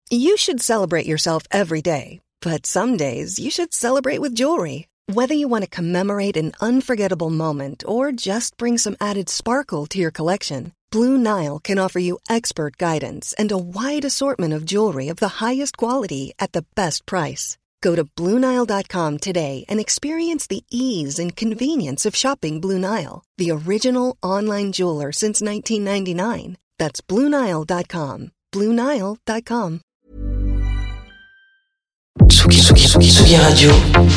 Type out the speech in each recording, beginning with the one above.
You should celebrate yourself every day, but some days you should celebrate with jewelry. Whether you want to commemorate an unforgettable moment or just bring some added sparkle to your collection, Blue Nile can offer you expert guidance and a wide assortment of jewelry of the highest quality at the best price. Go to BlueNile.com today and experience the ease and convenience of shopping Blue Nile, the original online jeweler since 1999. That's BlueNile.com. BlueNile.com. Tsugi Radio.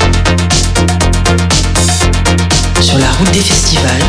Sur la route des festivals.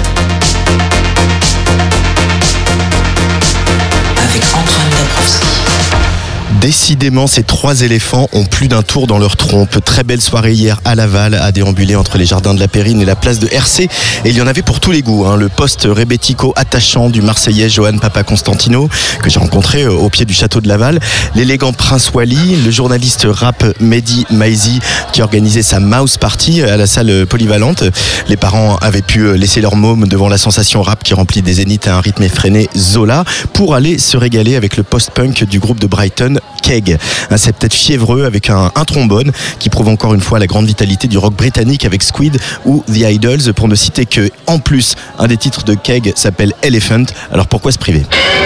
Avec Antoine Dabrowski. Décidément, ces trois éléphants ont plus d'un tour dans leur trompe. Très belle soirée hier à Laval, à déambuler entre les jardins de la Périne et la place de RC. Et il y en avait pour tous les goûts. Le post-rebético attachant du Marseillais Johan Papaconstantino, que j'ai rencontré au pied du château de Laval. L'élégant Prince Wally, le journaliste rap Mehdi Maizi, qui organisait sa Mouse Party à la salle polyvalente. Les parents avaient pu laisser leur môme devant la sensation rap qui remplit des zéniths à un rythme effréné, Zola, pour aller se régaler avec le post-punk du groupe de Brighton, Keg. Un septet fiévreux avec un trombone qui prouve encore une fois la grande vitalité du rock britannique avec Squid ou The Idols, pour ne citer que, en plus, un des titres de Keg s'appelle Elephant. Alors pourquoi se priver ?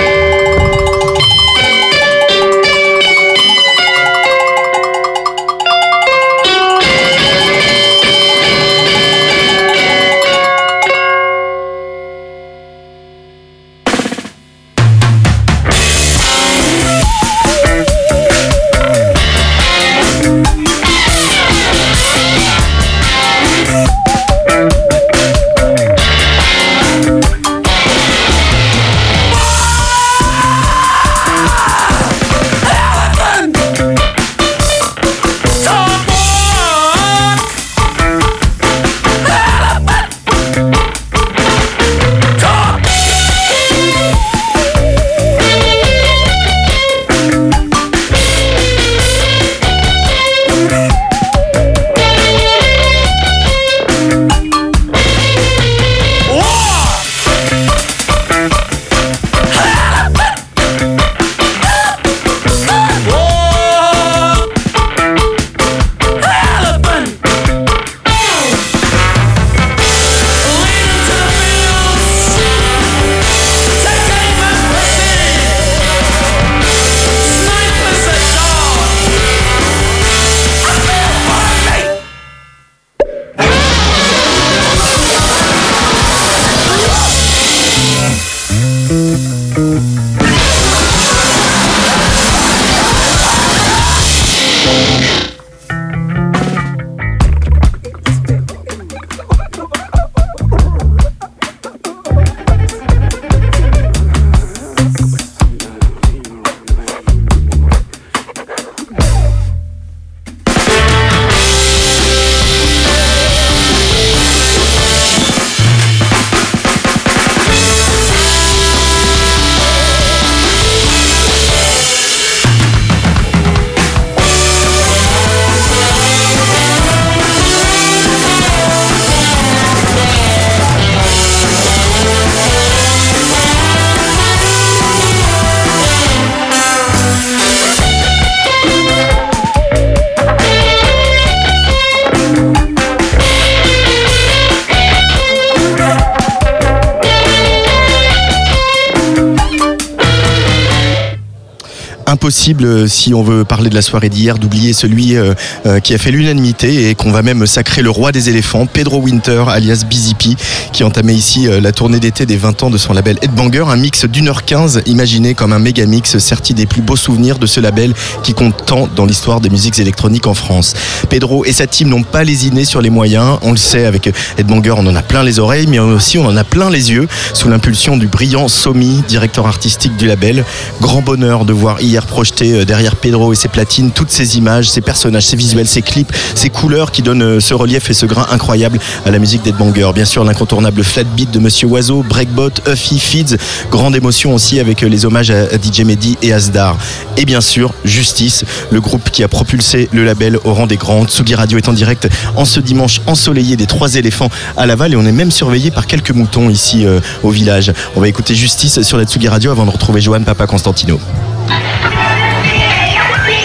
Impossible, si on veut parler de la soirée d'hier, d'oublier celui qui a fait l'unanimité et qu'on va même sacrer le roi des éléphants, Pedro Winter alias Busy P, qui entamait ici la tournée d'été des 20 ans de son label Headbanger, un mix d'1h15 imaginé comme un méga mix serti des plus beaux souvenirs de ce label qui compte tant dans l'histoire des musiques électroniques en France. Pedro et sa team n'ont pas lésiné sur les moyens, on le sait, avec Headbanger on en a plein les oreilles, mais aussi on en a plein les yeux, sous l'impulsion du brillant Somi, directeur artistique du label. Grand bonheur de voir hier projeter derrière Pedro et ses platines toutes ces images, ces personnages, ces visuels, ces clips, ces couleurs qui donnent ce relief et ce grain incroyable à la musique d'Headbanger. Bien sûr, l'incontournable flat beat de Monsieur Oiseau, Breakbot, Huffy, Feeds, grande émotion aussi avec les hommages à DJ Mehdi et Asdar. Et bien sûr, Justice, le groupe qui a propulsé le label au rang des grands. Tsugi Radio est en direct en ce dimanche ensoleillé des Trois Éléphants à Laval et on est même surveillé par quelques moutons ici au village. On va écouter Justice sur la Tsugi Radio avant de retrouver Johan Papaconstantino.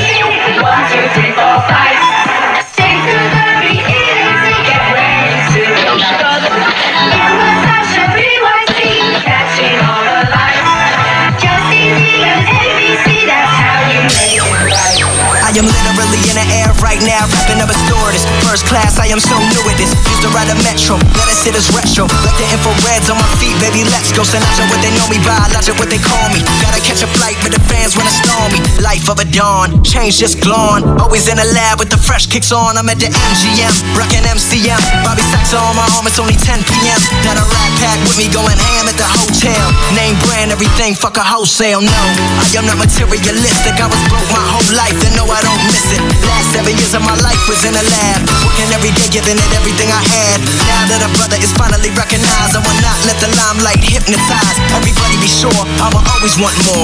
I am literally in the air right now, rapping up a stewardess. First class, I am so new at this. Used to ride a metro, let us sit as retro. Like the infrareds on my feet, baby, let's go. Sinatra, what they know me by, logic, what they call me. Gotta catch a flight, but the fans wanna storm me. Life of a dawn, change just glowing. Always in the lab with the fresh kicks on. I'm at the MGM, rockin' MCM. Bobby Sacks on my arm, it's only 10 p.m. Got a rat pack with me going ham at the hotel. Name brand, everything, fuck a wholesale, no. I am not materialistic, I was broke my whole life, and no, I don't miss it. Last 7 years of my life was in a lab, working every day, giving it everything I had. Now that a brother is finally recognized, I will not let the limelight hypnotize. Everybody be sure, I'ma always want more.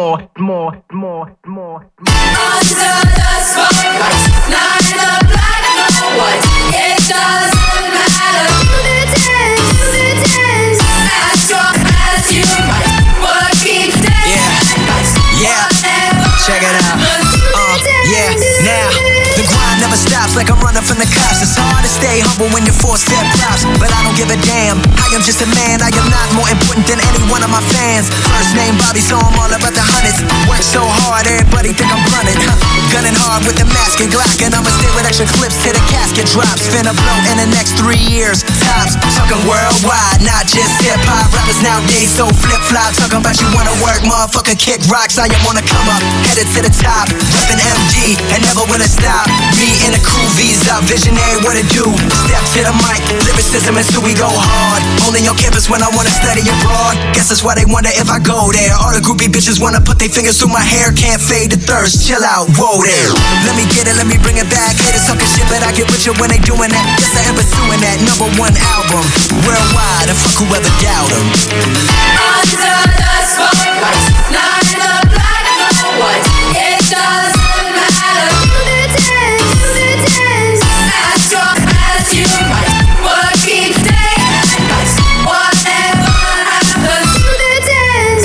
Under the spotlight, not in the black, no white. It doesn't matter who it is. As strong as you might, working day and night. Yeah, check it out. Yeah, now the grind never stops, like I'm running from the cops. It's hard to stay humble when you're forced to props, but I don't give a damn. I am just a man, I am not more important than any one of my fans. First name Bobby, so I'm all about the hundreds. Work so hard, everybody think I'm running. Gunning hard with the mask and Glock, and I'ma stay with extra clips till the casket drops. Finna blow in the next 3 years, tops. Talking worldwide, not just hip-hop. Rappers nowadays so flip-flop. Talking about you wanna work, motherfucker, kick rocks. I am on the come up, headed to the top. Reppin' MD, and never wanna stop. Me in a cool visa, visionary, what it do? Step to the mic, lyricism is who we go hard. Only on campus when I wanna study abroad. Guess that's why they wonder if I go there. All the groupie bitches wanna put their fingers through my hair. Can't fade the thirst, chill out, whoa there. Let me get it, let me bring it back. Haters talking shit, but I get with you when they doing that. Yes, I am pursuing that #1 album worldwide, and fuck whoever doubt them. Under the spotlight, not in the black, no white. It doesn't matter who it is. As strong as you might, working day and night. Whatever happens, who it is.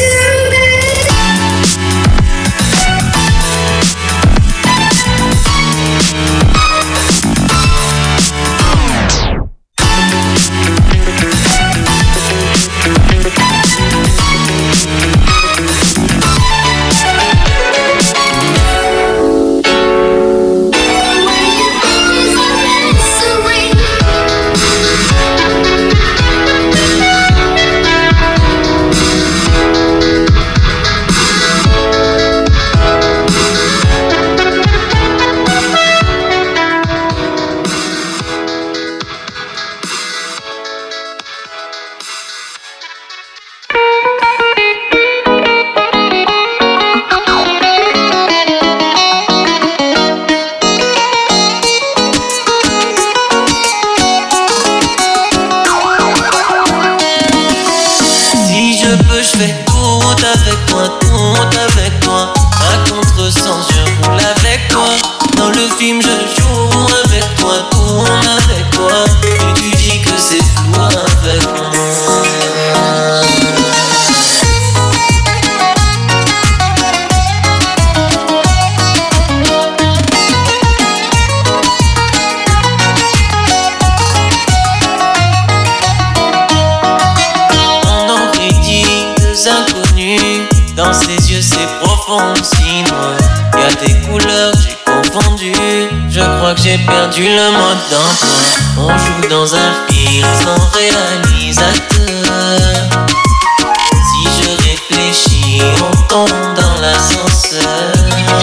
J'ai perdu le mode d'emploi. On joue dans un film sans réalisateur. Si je réfléchis, on tombe dans l'ascenseur.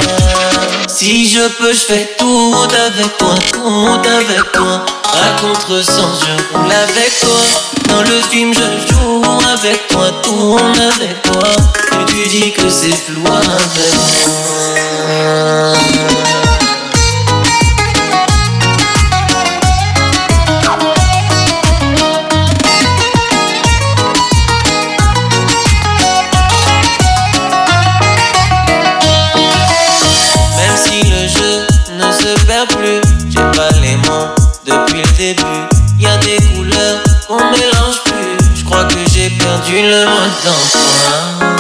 Si je peux, je fais tout avec toi, tout avec toi. À contresens, je roule avec toi. Dans le film, je joue avec toi, tourne avec toi. Et tu dis que c'est flou avec moi. Plus, j'ai pas les mots depuis le début. Y'a des couleurs qu'on mélange plus. Je crois que j'ai perdu le mode d'emploi.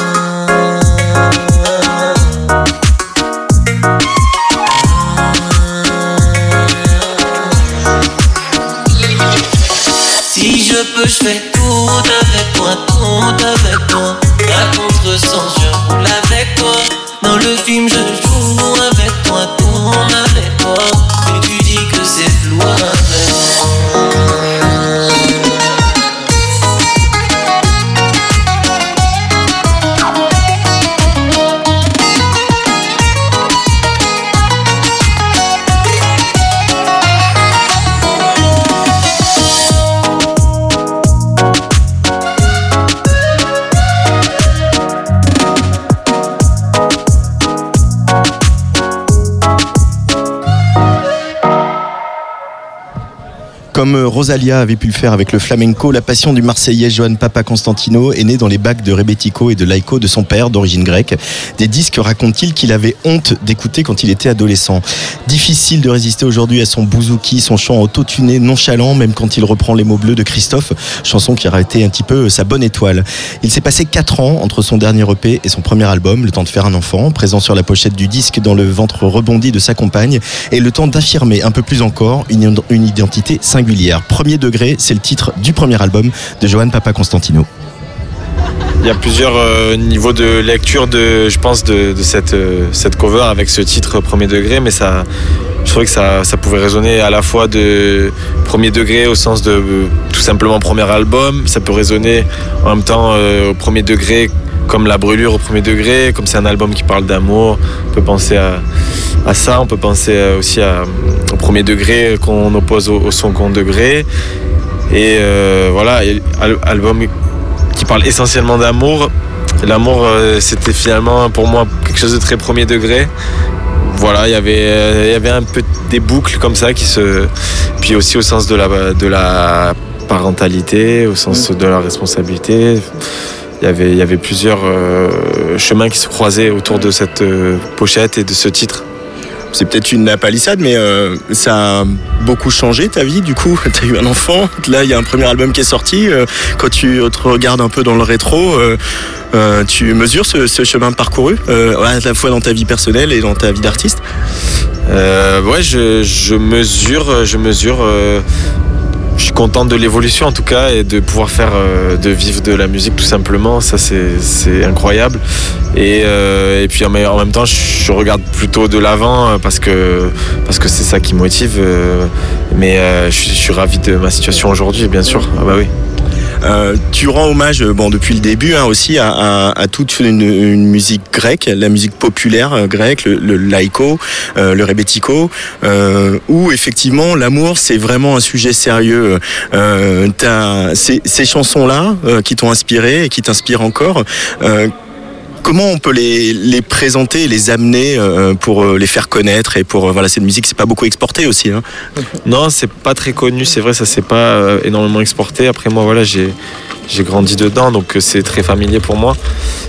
Si je peux, je fais tout avec toi, tout avec toi. À contresens, je roule avec toi. Dans le film, je joue avec toi, tout monde avec toi, mais tu dis que c'est flou avec moi. Comme Rosalia avait pu le faire avec le flamenco, la passion du Marseillais Johan Papa Constantino est née dans les bacs de Rebetiko et de Laiko de son père, d'origine grecque. Des disques, raconte-t-il, qu'il avait honte d'écouter quand il était adolescent. Difficile de résister aujourd'hui à son bouzouki, son chant auto-tuné, nonchalant, même quand il reprend les mots bleus de Christophe, chanson qui aurait été un petit peu sa bonne étoile. Il s'est passé 4 ans entre son dernier EP et son premier album, le temps de faire un enfant, présent sur la pochette du disque dans le ventre rebondi de sa compagne, et le temps d'affirmer un peu plus encore une identité singulière. Premier degré, c'est le titre du premier album de Johan Papa Constantino. Il y a plusieurs niveaux de lecture de cette cover avec ce titre premier degré, mais je trouvais que ça pouvait résonner à la fois de premier degré au sens de tout simplement premier album, ça peut résonner en même temps au premier degré comme La Brûlure au premier degré, comme c'est un album qui parle d'amour, on peut penser à ça, on peut penser aussi au premier degré qu'on oppose au second degré. Et voilà, album qui parle essentiellement d'amour. L'amour, c'était finalement pour moi quelque chose de très premier degré. Voilà, il y avait un peu des boucles comme ça puis aussi au sens de la parentalité, au sens de la responsabilité. Il y avait plusieurs chemins qui se croisaient autour de cette pochette et de ce titre. C'est peut-être une palissade, mais ça a beaucoup changé ta vie. Du coup, tu as eu un enfant. Là, il y a un premier album qui est sorti. Quand tu te regardes un peu dans le rétro, tu mesures ce chemin parcouru, à la fois dans ta vie personnelle et dans ta vie d'artiste. Ouais, je mesure. Je suis content de l'évolution en tout cas et de pouvoir de vivre de la musique tout simplement, ça c'est incroyable. Et puis en même temps je regarde plutôt de l'avant parce que c'est ça qui me motive. Mais je suis ravi de ma situation aujourd'hui, bien sûr. Ah bah oui. Tu rends hommage, depuis le début aussi à toute une musique grecque, la musique populaire grecque, le laïko, le rebetiko, où effectivement l'amour c'est vraiment un sujet sérieux. T'as ces chansons-là qui t'ont inspiré et qui t'inspirent encore. Comment on peut les présenter, les amener pour les faire connaître et pour cette musique, c'est pas beaucoup exporté aussi. Hein. Non, c'est pas très connu, c'est vrai, ça c'est pas énormément exporté. Après moi, voilà, j'ai grandi dedans, donc c'est très familier pour moi.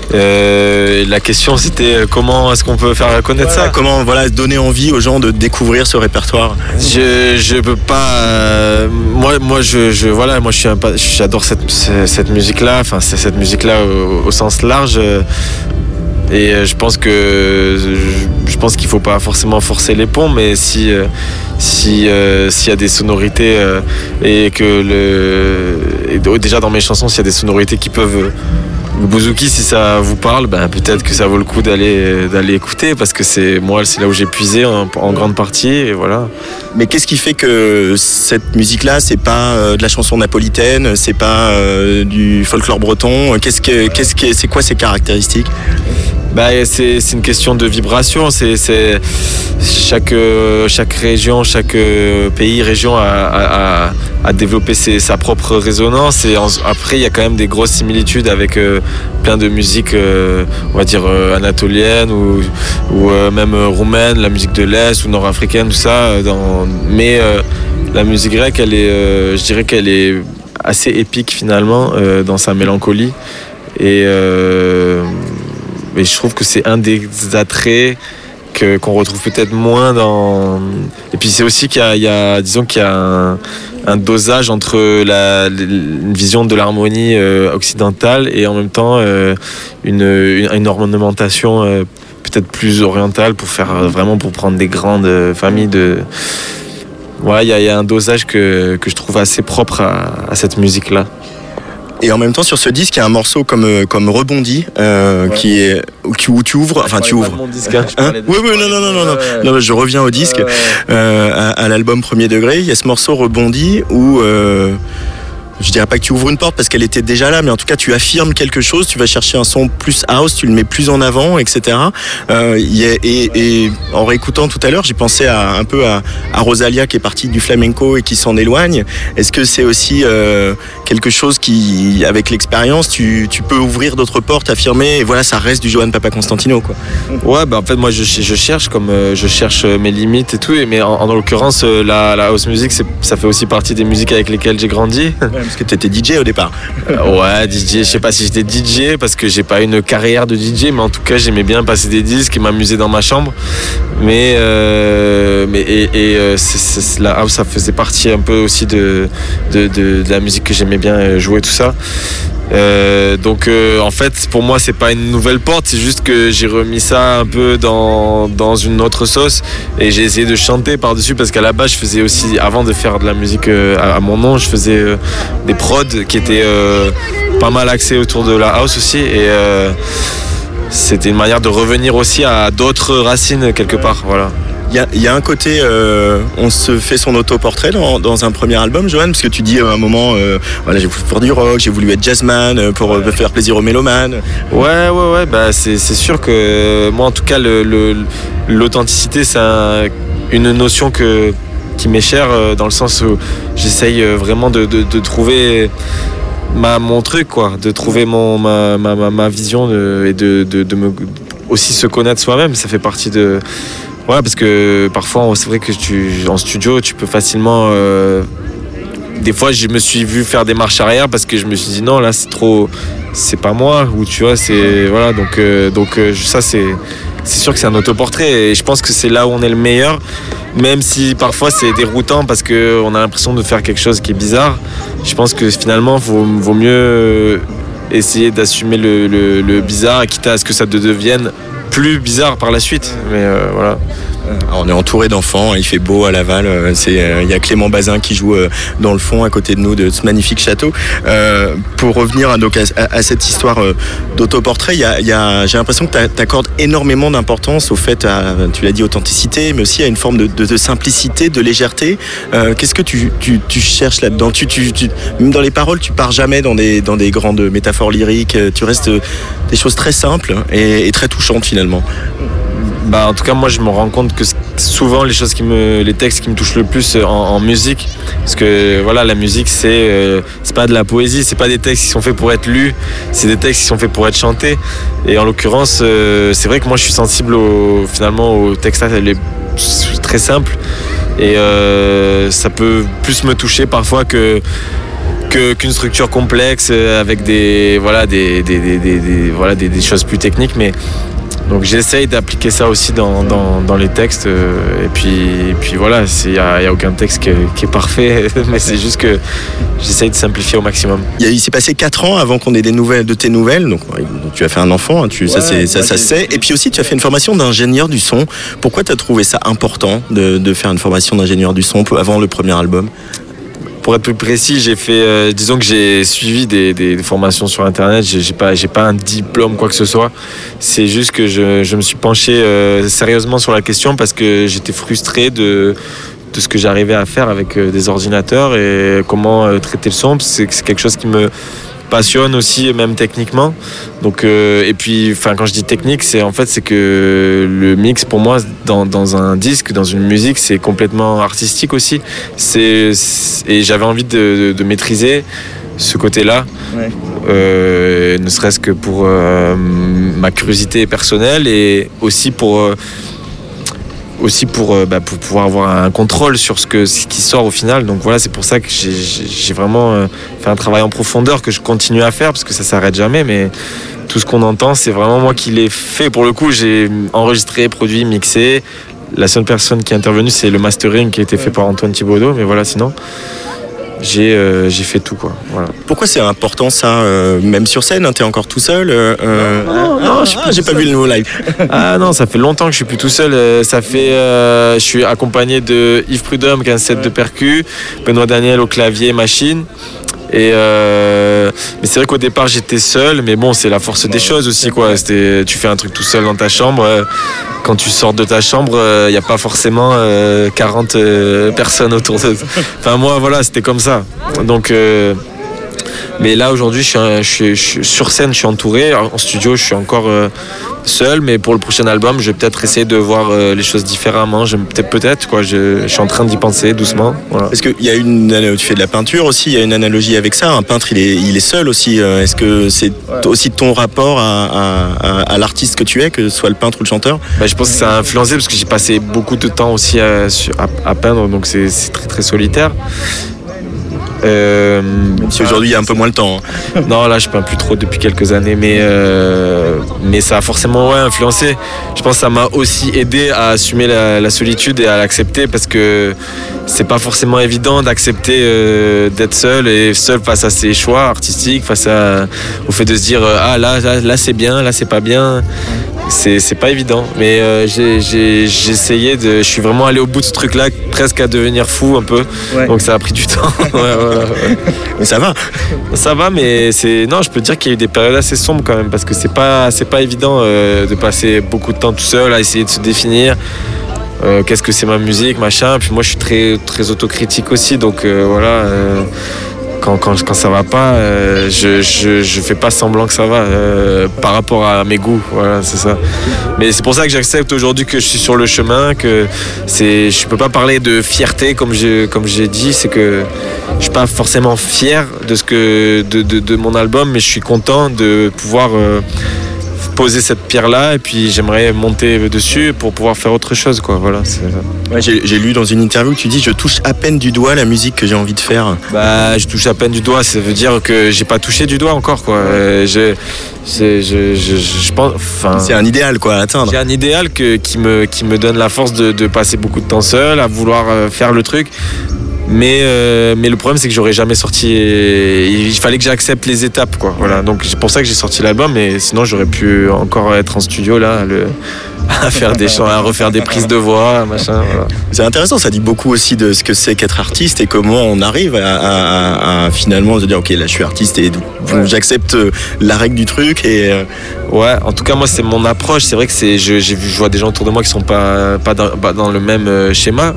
La question c'était comment est-ce qu'on peut faire connaître ça ? Comment donner envie aux gens de découvrir ce répertoire ? Je peux pas. Moi j'adore cette musique-là. Enfin, c'est cette musique-là au sens large. Et je pense qu'il faut pas forcément forcer les ponts, mais s'il y a des sonorités et déjà dans mes chansons, s'il y a des sonorités qui peuvent le bouzouki, si ça vous parle, peut-être que ça vaut le coup d'aller écouter, parce que c'est là où j'ai puisé en grande partie, et voilà. Mais qu'est-ce qui fait que cette musique-là, c'est pas de la chanson napolitaine, c'est pas du folklore breton ? C'est quoi ses caractéristiques ? C'est une question de vibration. C'est chaque région, chaque région a développé sa propre résonance. Et après, il y a quand même des grosses similitudes avec plein de musiques, on va dire anatoliennes ou même roumaines, la musique de l'Est ou nord-africaine, tout ça. Mais la musique grecque, je dirais qu'elle est assez épique finalement dans sa mélancolie. Et je trouve que c'est un des attraits qu'on retrouve peut-être moins dans... Et puis c'est aussi qu'il y a un dosage entre une vision de l'harmonie occidentale et en même temps une ornementation peut-être plus orientale pour prendre des grandes familles de... Ouais, il y a un dosage que je trouve assez propre à cette musique-là. Et en même temps, sur ce disque, il y a un morceau comme Rebondi, qui est où tu ouvres. Enfin, tu ouvres. Mon disque, hein, Oui, non. Non, je reviens au disque, à l'album Premier Degré. Il y a ce morceau Rebondi où. Je dirais pas que tu ouvres une porte parce qu'elle était déjà là, mais en tout cas tu affirmes quelque chose, tu vas chercher un son plus house, tu le mets plus en avant, etc. Et en réécoutant tout à l'heure, j'ai pensé un peu à Rosalia qui est partie du flamenco et qui s'en éloigne. Est-ce que c'est aussi quelque chose qui, avec l'expérience, tu peux ouvrir d'autres portes, affirmer, et voilà, ça reste du Johan Papa Constantino, quoi. Ouais, bah en fait moi je cherche je cherche mes limites et tout, mais en l'occurrence la house music ça fait aussi partie des musiques avec lesquelles j'ai grandi. Parce que t'étais DJ au départ. Ouais, DJ, je sais pas si j'étais DJ parce que j'ai pas une carrière de DJ, mais en tout cas j'aimais bien passer des disques et m'amuser dans ma chambre. Mais la house ça faisait partie un peu aussi de la musique que j'aimais bien jouer, tout ça. Donc en fait pour moi c'est pas une nouvelle porte, c'est juste que j'ai remis ça un peu dans une autre sauce et j'ai essayé de chanter par dessus parce qu'à la base je faisais aussi, avant de faire de la musique à mon nom, je faisais des prods qui étaient pas mal axés autour de la house aussi, et c'était une manière de revenir aussi à d'autres racines quelque part, voilà. Il y a un côté, on se fait son autoportrait dans un premier album, Johan, parce que tu dis à un moment, voilà, j'ai voulu faire du rock, j'ai voulu être jazzman pour faire plaisir aux mélomanes. Ouais, bah c'est sûr que moi en tout cas l'authenticité c'est une notion qui m'est chère, dans le sens où j'essaye vraiment de trouver mon truc, quoi, de trouver ma vision et de me aussi se connaître soi-même. Ça fait partie de... Ouais, parce que parfois, c'est vrai que en studio, tu peux facilement... Des fois, je me suis vu faire des marches arrière parce que je me suis dit non, là, c'est trop... C'est pas moi, ou tu vois, c'est... Voilà, donc ça, c'est sûr que c'est un autoportrait et je pense que c'est là où on est le meilleur, même si parfois c'est déroutant parce qu'on a l'impression de faire quelque chose qui est bizarre. Je pense que finalement, vaut mieux essayer d'assumer le bizarre, quitte à ce que ça devienne plus bizarre par la suite, mais voilà. On est entouré d'enfants, il fait beau à Laval, il y a Clément Bazin qui joue dans le fond à côté de nous de ce magnifique château. Pour revenir à cette histoire d'autoportrait, j'ai l'impression que tu accordes énormément d'importance au fait, tu l'as dit, authenticité, mais aussi à une forme de simplicité, de légèreté. Qu'est-ce que tu cherches là-dedans? Même dans les paroles, tu pars jamais dans des grandes métaphores lyriques, tu restes des choses très simples et très touchantes finalement. Bah, en tout cas, moi, je me rends compte que souvent les textes qui me touchent le plus en musique, parce que voilà, la musique c'est pas de la poésie, c'est pas des textes qui sont faits pour être lus, c'est des textes qui sont faits pour être chantés. Et en l'occurrence, c'est vrai que moi, je suis sensible finalement aux textes très simples, et ça peut plus me toucher parfois qu'une structure complexe avec des choses plus techniques, mais donc j'essaye d'appliquer ça aussi dans les textes, et puis voilà, il y a aucun texte qui est parfait, mais c'est juste que j'essaye de simplifier au maximum. Il s'est passé 4 ans avant qu'on ait des nouvelles de tes nouvelles, donc tu as fait un enfant, hein, ça se sait, et puis aussi tu as fait une formation d'ingénieur du son. Pourquoi tu as trouvé ça important de faire une formation d'ingénieur du son avant le premier album? Pour être plus précis, j'ai fait, disons que j'ai suivi des formations sur internet. J'ai pas un diplôme quoi que ce soit. C'est juste que je me suis penché sérieusement sur la question parce que j'étais frustré de ce que j'arrivais à faire avec des ordinateurs et comment traiter le son. C'est quelque chose qui me passionne aussi, même techniquement. Donc et puis quand je dis technique, c'est que le mix pour moi dans un disque, dans une musique, c'est complètement artistique aussi. Et j'avais envie de maîtriser ce côté-là, ne serait-ce que pour ma curiosité personnelle et aussi pour pouvoir avoir un contrôle sur ce qui sort au final. Donc voilà, c'est pour ça que j'ai vraiment fait un travail en profondeur que je continue à faire parce que ça s'arrête jamais, mais tout ce qu'on entend, c'est vraiment moi qui l'ai fait. Pour le coup, j'ai enregistré, produit, mixé. La seule personne qui est intervenue, c'est le mastering qui a été fait par Antoine Thibaudot, mais voilà, sinon j'ai fait tout, quoi. Voilà. Pourquoi c'est important ça, même sur scène, hein, t'es encore tout seul Non, j'ai pas vu le nouveau live. Ah non, ça fait longtemps que je suis plus tout seul. Je suis accompagné de Yves Prudhomme qui a un set de percus, Benoît Daniel au clavier machine, Et mais c'est vrai qu'au départ j'étais seul, mais bon, c'est la force des choses aussi, quoi. Tu fais un truc tout seul dans ta chambre. Quand tu sors de ta chambre, il n'y a pas forcément 40 personnes autour de. Enfin moi, voilà, c'était comme ça. Donc mais là aujourd'hui, je suis sur scène, je suis entouré. En studio, je suis encore seul, mais pour le prochain album, je vais peut-être essayer de voir les choses différemment. Peut-être quoi. Je suis en train d'y penser doucement. Voilà. Est-ce qu'il y a tu fais de la peinture aussi, il y a une analogie avec ça. Un peintre, il est seul aussi. Est-ce que c'est aussi ton rapport à l'artiste que tu es, que ce soit le peintre ou le chanteur? Je pense que ça a influencé parce que j'ai passé beaucoup de temps aussi à peindre, donc c'est très très solitaire. Même si aujourd'hui il y a un peu moins le temps. Non, là je peins plus trop depuis quelques années, mais ça a forcément influencé. Je pense que ça m'a aussi aidé à assumer la solitude et à l'accepter, parce que c'est pas forcément évident d'accepter d'être seul face à ses choix artistiques, face au fait de se dire là c'est bien, là c'est pas bien. C'est pas évident, mais j'ai essayé je suis vraiment allé au bout de ce truc là, presque à devenir fou un peu. Donc ça a pris du temps. Voilà. Mais ça va, mais je peux te dire qu'il y a eu des périodes assez sombres quand même, parce que c'est pas évident de passer beaucoup de temps tout seul à essayer de se définir. Qu'est-ce que c'est ma musique, machin. Puis moi je suis très très autocritique aussi, donc voilà. Quand ça va pas, je fais pas semblant que ça va par rapport à mes goûts, voilà, c'est ça. Mais c'est pour ça que j'accepte aujourd'hui que je suis sur le chemin, je peux pas parler de fierté comme j'ai dit, c'est que je suis pas forcément fier de mon album, mais je suis content de pouvoir poser cette pierre-là, et puis j'aimerais monter dessus pour pouvoir faire autre chose, quoi. Voilà. J'ai lu dans une interview que tu dis: je touche à peine du doigt la musique que j'ai envie de faire. Je touche à peine du doigt, ça veut dire que j'ai pas touché du doigt encore, quoi. Je pense. C'est un idéal, quoi, à atteindre. J'ai un idéal qui me donne la force de passer beaucoup de temps seul, à vouloir faire le truc. Mais le problème, c'est que j'aurais jamais sorti. Il fallait que j'accepte les étapes, quoi. Voilà. Donc c'est pour ça que j'ai sorti l'album, et sinon j'aurais pu encore être en studio là, à faire des chants, à refaire des prises de voix, machin. Voilà. C'est intéressant, ça dit beaucoup aussi de ce que c'est qu'être artiste et comment on arrive à finalement se dire ok, là je suis artiste et j'accepte la règle du truc et. Ouais, en tout cas moi c'est mon approche. C'est vrai que je vois des gens autour de moi qui sont pas dans le même schéma,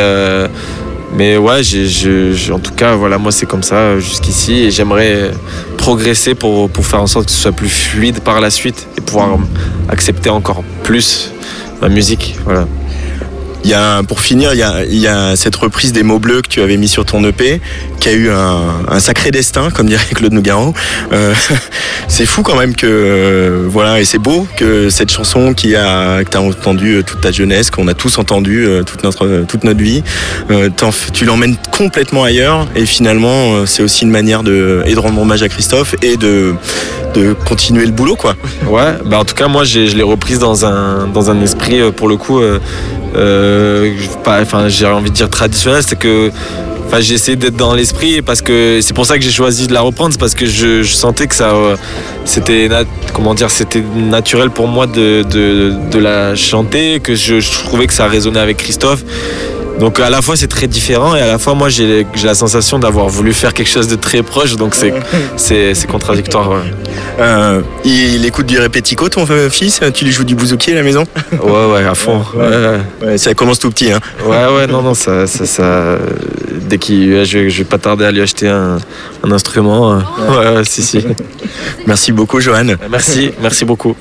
mais ouais, en tout cas, voilà, moi c'est comme ça jusqu'ici, et j'aimerais progresser pour faire en sorte que ce soit plus fluide par la suite et pouvoir accepter encore plus ma musique. Voilà. Pour finir, il y a cette reprise des mots bleus que tu avais mis sur ton EP, qui a eu un sacré destin, comme dirait Claude Nougaro. C'est fou quand même voilà, et c'est beau que cette chanson que t'as entendue toute ta jeunesse, qu'on a tous entendue toute notre vie, tu l'emmènes complètement ailleurs, et finalement c'est aussi une manière de rendre hommage à Christophe et de continuer le boulot, quoi. Ouais, en tout cas moi je l'ai reprise dans un esprit pour le coup j'ai envie de dire traditionnel, c'est que j'ai essayé d'être dans l'esprit, parce que c'est pour ça que j'ai choisi de la reprendre, c'est parce que je sentais que c'était naturel pour moi de la chanter, que je trouvais que ça résonnait avec Christophe. Donc à la fois c'est très différent, et à la fois moi j'ai la sensation d'avoir voulu faire quelque chose de très proche, donc c'est contradictoire. Ouais. Il écoute du répético, ton fils? Tu lui joues du bouzouki à la maison? Ouais, à fond. Ouais, ça commence tout petit, hein. Ouais, non, ça dès je vais pas tarder à lui acheter un instrument. Ouais, si. Merci beaucoup, Johan. Merci beaucoup.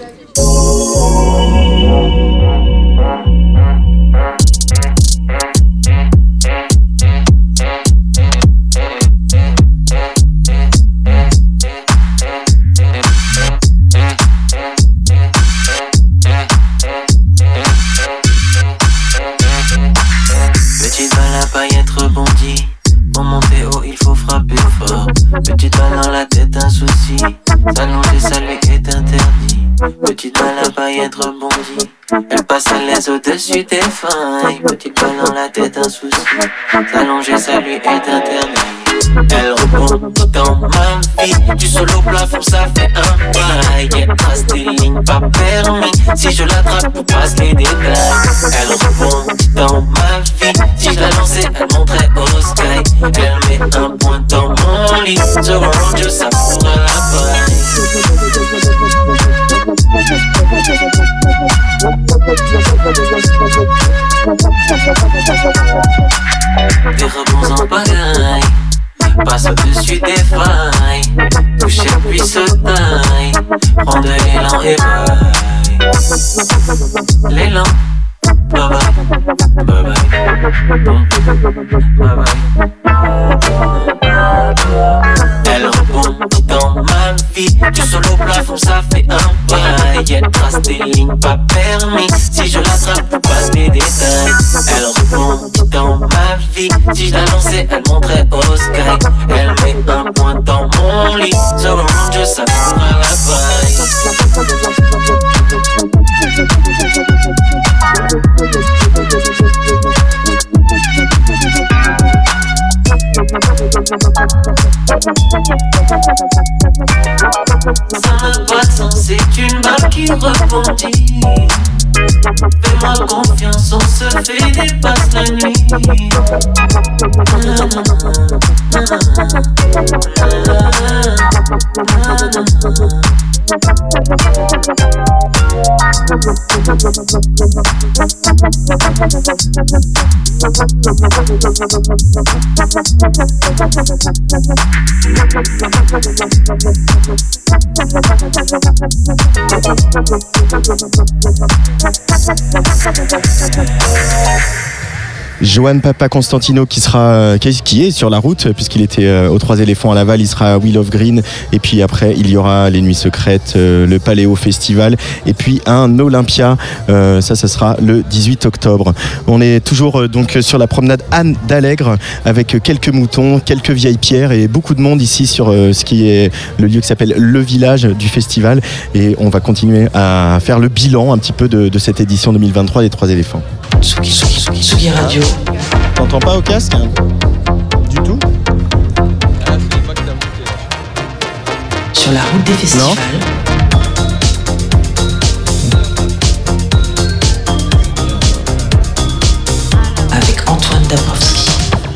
Petite balle dans la tête, un souci. S'allonger, ça lui est interdit. Petite balle à paillettes rebondie. Elle passe à l'aise au-dessus des failles. Petite balle dans la tête, un souci. S'allonger, ça lui est interdit. Elle rebondit dans ma vie. Du sol au plafond, ça fait un bail. Elle trace des lignes pas permis. Si je l'attrape, pour passe les détails. Elle rebondit dans ma vie. Si je la lançais, elle monterait au sky. Elle met un point dans mon lit. Des rebonds en pagaille, passe au-dessus des failles, toucher puis se taille, prends de l'élan et bye. L'élan, bye bye, bye bye, bye bye. Elle rebondit dans ma vie, du sol au plafond ça fait un bail. Elle trace des lignes pas permis, si je l'attrape ou passe des détails. Elle rebondit dans ma vie, si je la lançais elle monterait au sky. Elle met un point dans mon lit, sur le monde je savoure à la paille. Ça n'a pas de sens, c'est une balle qui rebondit. Fais-moi confiance, on se fait des passes la nuit. Johan Papa Constantino qui est sur la route puisqu'il était aux Trois Éléphants à Laval, il sera à Wheel of Green et puis après il y aura les Nuits Secrètes, le Paléo Festival et puis un Olympia, ça sera le 18 octobre. On est toujours donc sur la promenade Anne d'Allègre avec quelques moutons, quelques vieilles pierres et beaucoup de monde ici sur ce qui est le lieu qui s'appelle le village du festival et on va continuer à faire le bilan un petit peu de cette édition 2023 des Trois Éléphants. Tsugi Radio. T'entends pas au casque hein? Du tout? Sur la route des festivals. Non. Avec Antoine Dabrowski.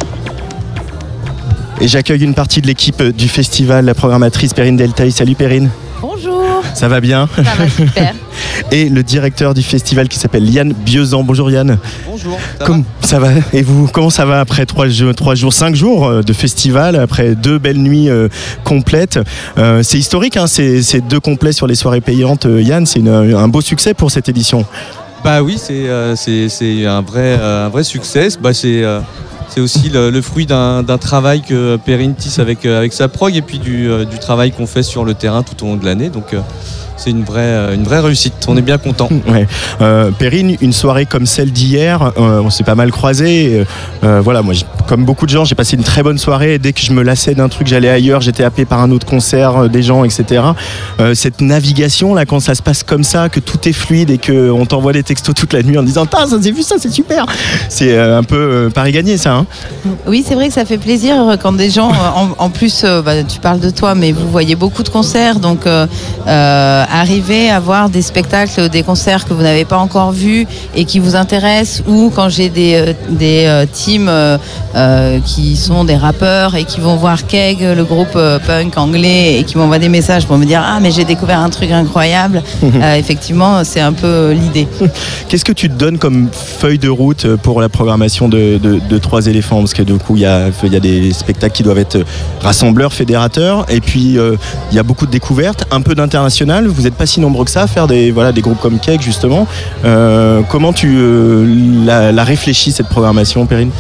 Et j'accueille une partie de l'équipe du festival, la programmatrice Perrine Deltaï. Salut Perrine. Bonjour. Ça va bien? Ça va super. Et le directeur du festival qui s'appelle Yann Biezan. Bonjour Yann. Bonjour. Ça va. Et vous, comment ça va après 5 jours de festival, après 2 belles nuits complètes? C'est historique, hein, c'est 2 complets sur les soirées payantes. Yann, c'est un beau succès pour cette édition. Bah oui, c'est un vrai succès. Bah c'est aussi le fruit d'un travail que Perrine tisse avec sa prog et puis du travail qu'on fait sur le terrain tout au long de l'année. Donc c'est une vraie réussite. On est bien content. Ouais. Perrine, une soirée comme celle d'hier, on s'est pas mal croisés. Voilà, moi, comme beaucoup de gens, j'ai passé une très bonne soirée. Dès que je me lassais d'un truc, j'allais ailleurs. J'étais happé par un autre concert, des gens, etc. Cette navigation là, quand ça se passe comme ça, que tout est fluide et que on t'envoie des textos toute la nuit en disant "T'as j'ai vu ça, c'est super." C'est un peu pari gagné, ça. Hein. Oui, c'est vrai que ça fait plaisir quand des gens, en plus, tu parles de toi, mais vous voyez beaucoup de concerts, donc arriver à voir des spectacles, des concerts que vous n'avez pas encore vus et qui vous intéressent, ou quand j'ai des teams qui sont des rappeurs et qui vont voir Keg, le groupe punk anglais, et qui m'envoient des messages pour me dire "Ah, mais j'ai découvert un truc incroyable." Effectivement, c'est un peu l'idée. Qu'est-ce que tu te donnes comme feuille de route pour la programmation de Trois Éléphants? Parce que du coup, il y a des spectacles qui doivent être rassembleurs, fédérateurs, et puis il y a beaucoup de découvertes, un peu d'international. Vous n'êtes pas si nombreux que ça à faire des groupes comme Cake, justement. Comment tu la réfléchis, cette programmation, Perrine?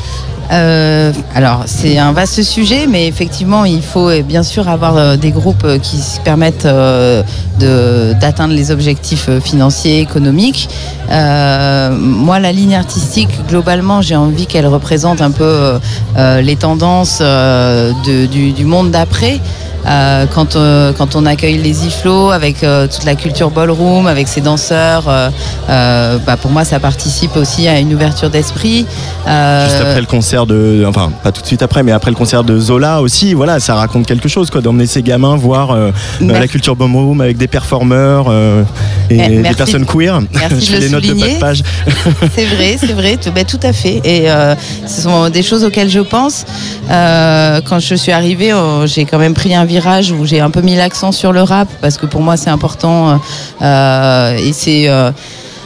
Alors c'est un vaste sujet, mais effectivement il faut bien sûr avoir des groupes qui permettent d'atteindre les objectifs financiers, économiques. Moi, la ligne artistique, globalement, j'ai envie qu'elle représente un peu les tendances du monde d'après. Quand on accueille les Iflots avec toute la culture ballroom, avec ses danseurs, pour moi ça participe aussi à une ouverture d'esprit. Juste après le concert enfin pas tout de suite après, mais après le concert de Zola aussi, voilà, ça raconte quelque chose, quoi, d'emmener ces gamins voir la culture ballroom avec des performeurs et des personnes queer. Merci Je fais des notes de bas de page. C'est vrai, tout à fait. Et ce sont des choses auxquelles je pense. Quand je suis arrivée, j'ai quand même pris un virage où j'ai un peu mis l'accent sur le rap, parce que pour moi c'est important, et c'est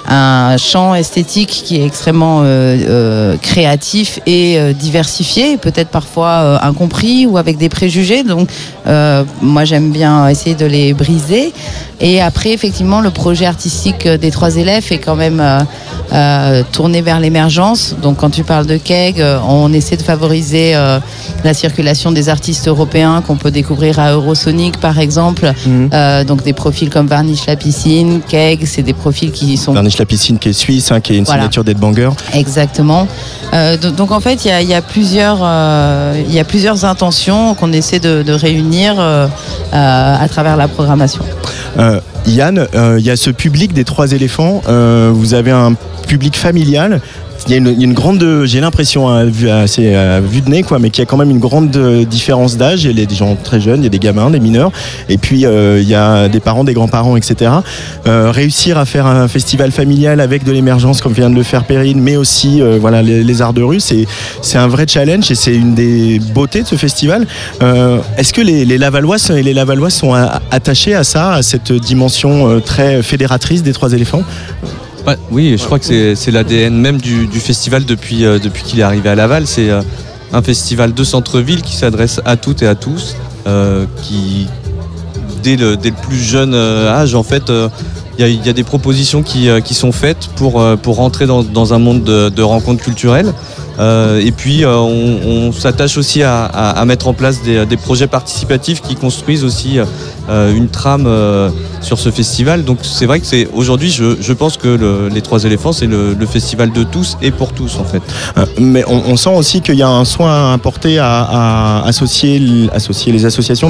un champ esthétique qui est extrêmement créatif et diversifié, peut-être parfois incompris ou avec des préjugés. Donc moi j'aime bien essayer de les briser. Et après effectivement le projet artistique des 3 élèves est quand même tourné vers l'émergence. Donc quand tu parles de KEG, on essaie de favoriser la circulation des artistes européens qu'on peut découvrir à Eurosonic par exemple. Donc des profils comme Varnish la piscine, KEG, c'est des profils qui sont... Varnish la piscine qui est suisse, qui est une signature d'Ed Banger. Exactement. Donc en fait il y a plusieurs intentions qu'on essaie de réunir à travers la programmation. Yann, il y a ce public des 3 éléphants, vous avez un public familial. Il y a une grande, j'ai l'impression, à vue de nez, mais qu'il y a quand même une grande différence d'âge. Il y a des gens très jeunes, il y a des gamins, des mineurs, et puis il y a des parents, des grands-parents, etc. Réussir à faire un festival familial avec de l'émergence, comme vient de le faire Perrine, mais aussi les arts de rue, c'est un vrai challenge et c'est une des beautés de ce festival. Est-ce que les Lavalloises et les Lavallois sont attachés à ça, à cette dimension très fédératrice des 3 éléphants ? Ouais, oui, je crois que c'est l'ADN même du festival depuis qu'il est arrivé à Laval. C'est un festival de centre-ville qui s'adresse à toutes et à tous, qui dès le plus jeune âge, en fait, il y a des propositions qui sont faites pour rentrer dans un monde de rencontres culturelles. Et puis on s'attache aussi à mettre en place des projets participatifs qui construisent aussi une trame sur ce festival. Donc c'est vrai que aujourd'hui je pense que les 3 éléphants c'est le festival de tous et pour tous en fait. Mais on sent aussi qu'il y a un soin apporté à associer les associations,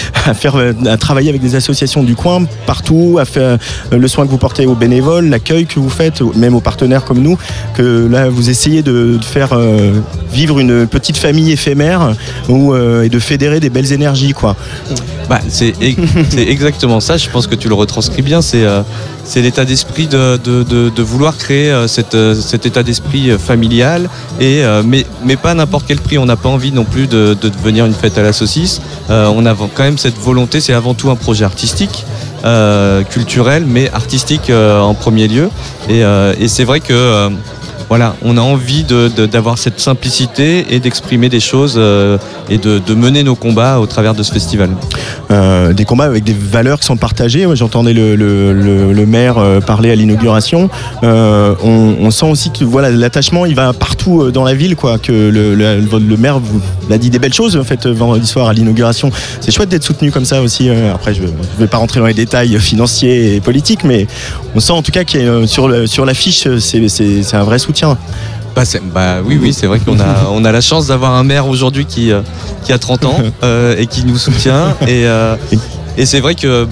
à travailler avec des associations du coin partout, à faire le soin que vous portez aux bénévoles, l'accueil que vous faites, même aux partenaires comme nous, que là vous essayez de faire vivre une petite famille éphémère et de fédérer des belles énergies c'est exactement ça. Je pense que tu le retranscris bien. C'est l'état d'esprit de vouloir créer cet état d'esprit familial mais pas à n'importe quel prix. On n'a pas envie non plus de devenir une fête à la saucisse. On a quand même cette volonté. C'est avant tout un projet artistique, culturel mais artistique en premier lieu et c'est vrai que on a envie d'avoir cette simplicité et d'exprimer des choses et de mener nos combats au travers de ce festival. Des combats avec des valeurs qui sont partagées. Moi, j'entendais le maire parler à l'inauguration. On sent aussi que l'attachement il va partout dans la ville, que le maire vous a dit des belles choses en fait vendredi soir à l'inauguration. C'est chouette d'être soutenu comme ça aussi. Après, je ne vais pas rentrer dans les détails financiers et politiques, mais on sent en tout cas qu'il sur l'affiche c'est un vrai soutien. Oui, c'est vrai qu'on a la chance d'avoir un maire aujourd'hui qui a 30 ans et qui nous soutient et c'est vrai que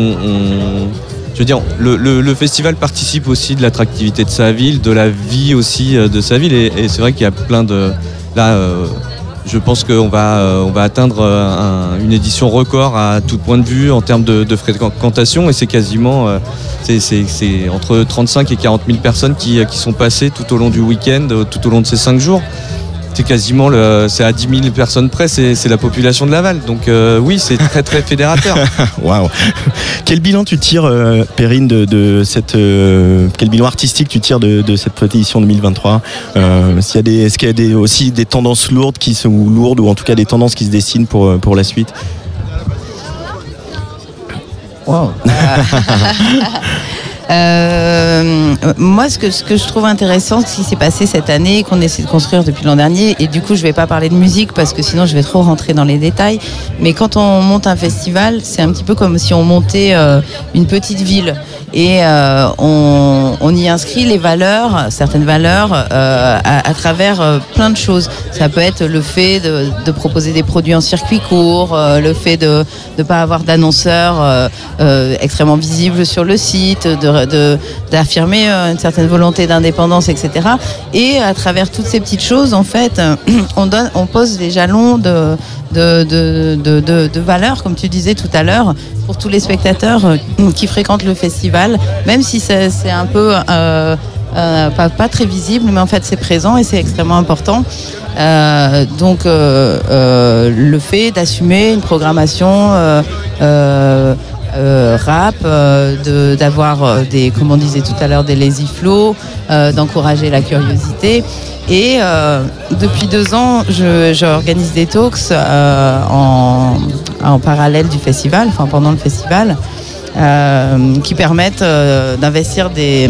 je veux dire, le festival participe aussi de l'attractivité de sa ville, de la vie aussi de sa ville et c'est vrai qu'il y a plein de je pense qu'on va atteindre une édition record à tout point de vue en termes de fréquentation et c'est quasiment c'est entre 35 et 40 000 personnes qui sont passées tout au long du week-end, tout au long de ces 5 jours. C'est quasiment c'est à 10 000 personnes près, c'est la population de Laval. Donc oui, c'est très très fédérateur. Waouh. Quel bilan tu tires, Perrine, de cette quel bilan artistique tu tires de cette édition 2023 est-ce qu'il y a aussi des tendances lourdes ou en tout cas des tendances qui se dessinent pour la suite? Wow. Moi, ce que je trouve intéressant, ce qui s'est passé cette année, qu'on essaie de construire depuis l'an dernier, et du coup, je vais pas parler de musique parce que sinon, je vais trop rentrer dans les détails. Mais quand on monte un festival, c'est un petit peu comme si on montait une petite ville. Et on y inscrit les valeurs, certaines valeurs, à travers plein de choses. Ça peut être le fait de proposer des produits en circuit court, le fait de ne pas avoir d'annonceurs extrêmement visibles sur le site, d'affirmer une certaine volonté d'indépendance, etc. Et à travers toutes ces petites choses, en fait, on pose des jalons de valeurs, comme tu disais tout à l'heure, pour tous les spectateurs qui fréquentent le festival, même si c'est un peu pas très visible, mais en fait c'est présent et c'est extrêmement important. Donc le fait d'assumer une programmation rap, d'avoir des, comme on disait tout à l'heure, des lazy flow, d'encourager la curiosité. Et depuis 2 ans, j'organise des talks en parallèle du festival, enfin pendant le festival, qui permettent d'investir des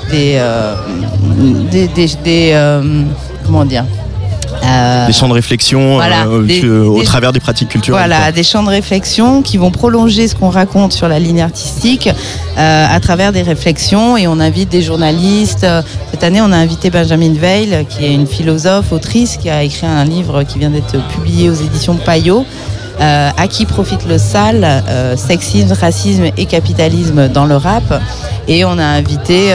comment dire, des champs de réflexion voilà, au travers des pratiques culturelles. Voilà, des champs de réflexion qui vont prolonger ce qu'on raconte sur la ligne artistique à travers des réflexions, et on invite des journalistes. Cette année, on a invité Benjamin Veil, qui est une philosophe, autrice, qui a écrit un livre qui vient d'être publié aux éditions Payot. À qui profite le sale, sexisme, racisme et capitalisme dans le rap. Et on a invité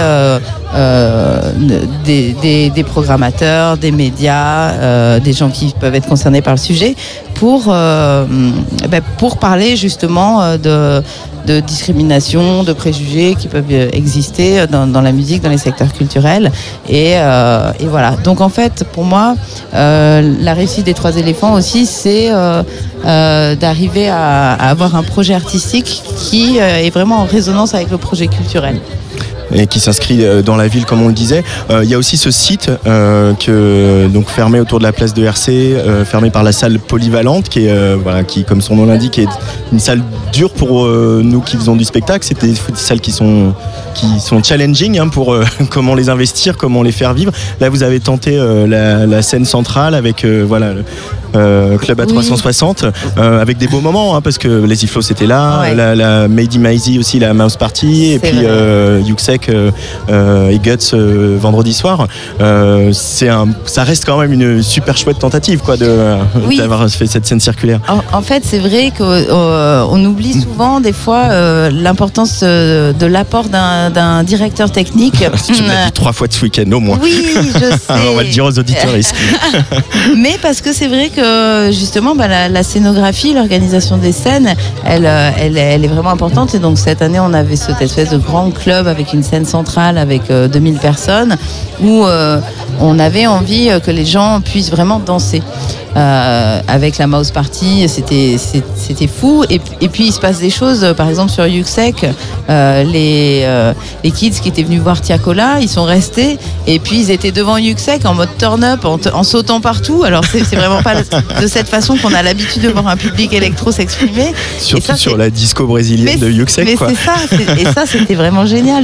des programmateurs, des médias, des gens qui peuvent être concernés par le sujet pour parler justement de discrimination, de préjugés qui peuvent exister dans la musique, dans les secteurs culturels. Et voilà. Donc en fait, pour moi, la réussite des 3 éléphants aussi, c'est d'arriver à avoir un projet artistique qui est vraiment en résonance avec le projet culturel. Et qui s'inscrit dans la ville, comme on le disait. Il y a aussi ce site donc fermé autour de la place de RC, fermé par la salle polyvalente, qui comme son nom l'indique, est une salle dure pour nous qui faisons du spectacle. C'est des salles qui sont challenging pour comment les investir, comment les faire vivre. Là, vous avez tenté la scène centrale avec Club A360, avec des beaux moments, parce que Lazy Flow c'était là, ouais. la Made in Maizy aussi, la Mouse Party, et puis Yuxek et Guts vendredi soir. Ça reste quand même une super chouette tentative d'avoir fait cette scène circulaire. En fait, c'est vrai qu'on oublie souvent des fois l'importance de l'apport d'un directeur technique. Tu me l'as dit 3 fois de ce week-end au moins. Oui, je sais. On va le dire aux auditeurs. Mais parce que c'est vrai que justement la scénographie, l'organisation des scènes, elle est vraiment importante. Et donc cette année, on avait cette espèce de grand club avec une scène centrale avec 2000 personnes où on avait envie que les gens puissent vraiment danser. Avec la Mouse Party, c'était fou. Et puis il se passe des choses, par exemple sur Yuxek, les kids qui étaient venus voir Tiakola, ils sont restés et puis ils étaient devant Yuxek en mode turn-up, en sautant partout. Alors c'est vraiment pas de cette façon qu'on a l'habitude de voir un public électro s'exprimer. Surtout ça, sur la disco brésilienne de Yuxek. Mais c'est ça, et ça c'était vraiment génial.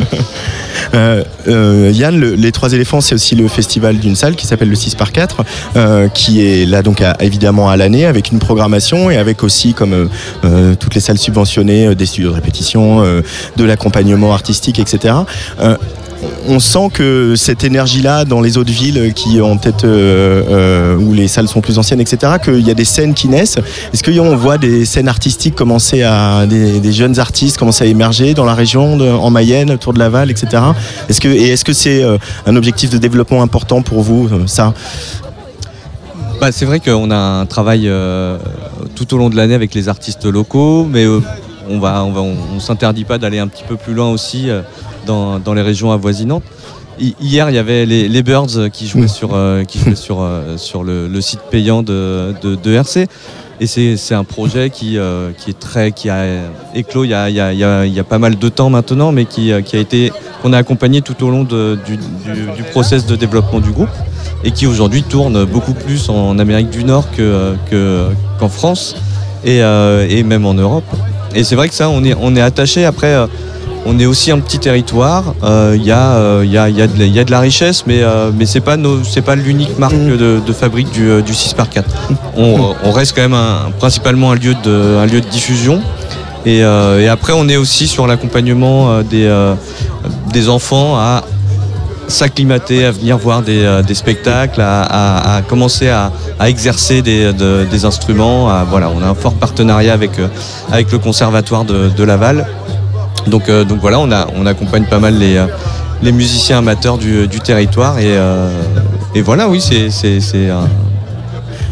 Yann, les 3 éléphants, c'est aussi le festival d'une salle qui s'appelle le 6x4, qui est là donc évidemment à l'année, avec une programmation et avec aussi, comme toutes les salles subventionnées, des studios de répétition, de l'accompagnement artistique, etc. On sent que cette énergie-là, dans les autres villes qui ont peut-être où les salles sont plus anciennes, etc., qu'il y a des scènes qui naissent. Est-ce qu'on voit des scènes artistiques commencer des jeunes artistes commencer à émerger dans la région, en Mayenne, autour de Laval, etc. Est-ce que c'est un objectif de développement important pour vous, ça ? C'est vrai qu'on a un travail tout au long de l'année avec les artistes locaux, mais on s'interdit pas d'aller un petit peu plus loin aussi dans les régions avoisinantes. Hier, il y avait les Birds qui jouaient sur le site payant de RC. Et c'est un projet qui a éclos il y a pas mal de temps maintenant, mais qu'on a accompagné tout au long du process de développement du groupe, et qui aujourd'hui tourne beaucoup plus en Amérique du Nord qu'en France et même en Europe. Et c'est vrai que ça, on est attaché. Après, on est aussi un petit territoire. Il y a de la richesse, mais c'est pas l'unique marque de fabrique du 6x4. On reste quand même principalement un lieu de diffusion. Et après, on est aussi sur l'accompagnement des enfants à s'acclimater, à venir voir des spectacles, à commencer à exercer des instruments. On a un fort partenariat avec le conservatoire de Laval. Donc voilà, on accompagne pas mal les musiciens amateurs du territoire, et voilà, oui, c'est un...